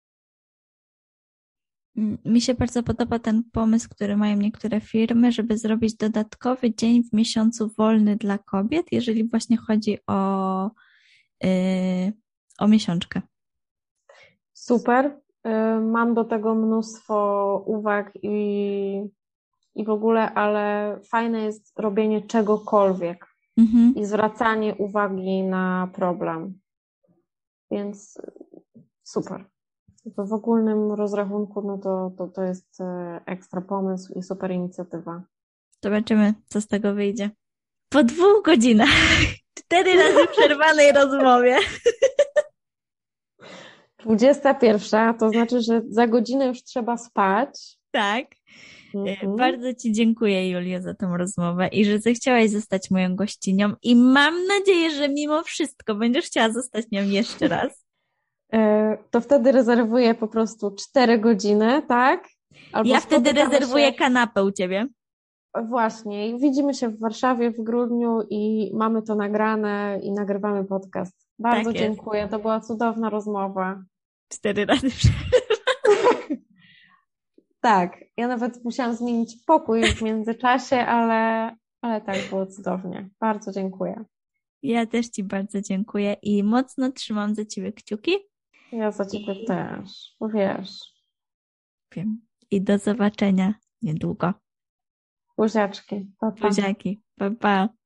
Mm, Mi się bardzo podoba ten pomysł, który mają niektóre firmy, żeby zrobić dodatkowy dzień w miesiącu wolny dla kobiet, jeżeli właśnie chodzi o, yy, o miesiączkę. Super. Y, Mam do tego mnóstwo uwag i, i w ogóle, ale fajne jest robienie czegokolwiek Mhm. i zwracanie uwagi na problem. Więc super. To w ogólnym rozrachunku, no to, to, to jest e, ekstra pomysł i super inicjatywa. Zobaczymy, co z tego wyjdzie. Po dwóch godzinach, cztery razy przerwanej rozmowie. dwudziesta pierwsza, to znaczy, że za godzinę już trzeba spać. Tak. Mhm. Bardzo Ci dziękuję, Julio, za tą rozmowę i że zechciałaś zostać moją gościnią i mam nadzieję, że mimo wszystko będziesz chciała zostać nią jeszcze raz. E, To wtedy rezerwuję po prostu cztery godziny, tak? Albo Ja wtedy spotykamy rezerwuję się. kanapę u Ciebie. Właśnie, i widzimy się w Warszawie w grudniu i mamy to nagrane i nagrywamy podcast. Bardzo Tak jest. dziękuję, to była cudowna rozmowa. Cztery razy przerwa. Tak, ja nawet musiałam zmienić pokój w międzyczasie, ale, ale tak było cudownie. Bardzo dziękuję. Ja też Ci bardzo dziękuję i mocno trzymam za Ciebie kciuki. Ja za ciebie I... też, bo wiesz. Wiem. I do zobaczenia niedługo. Buziaczki, pa, pa. Buziaki. Pa, pa.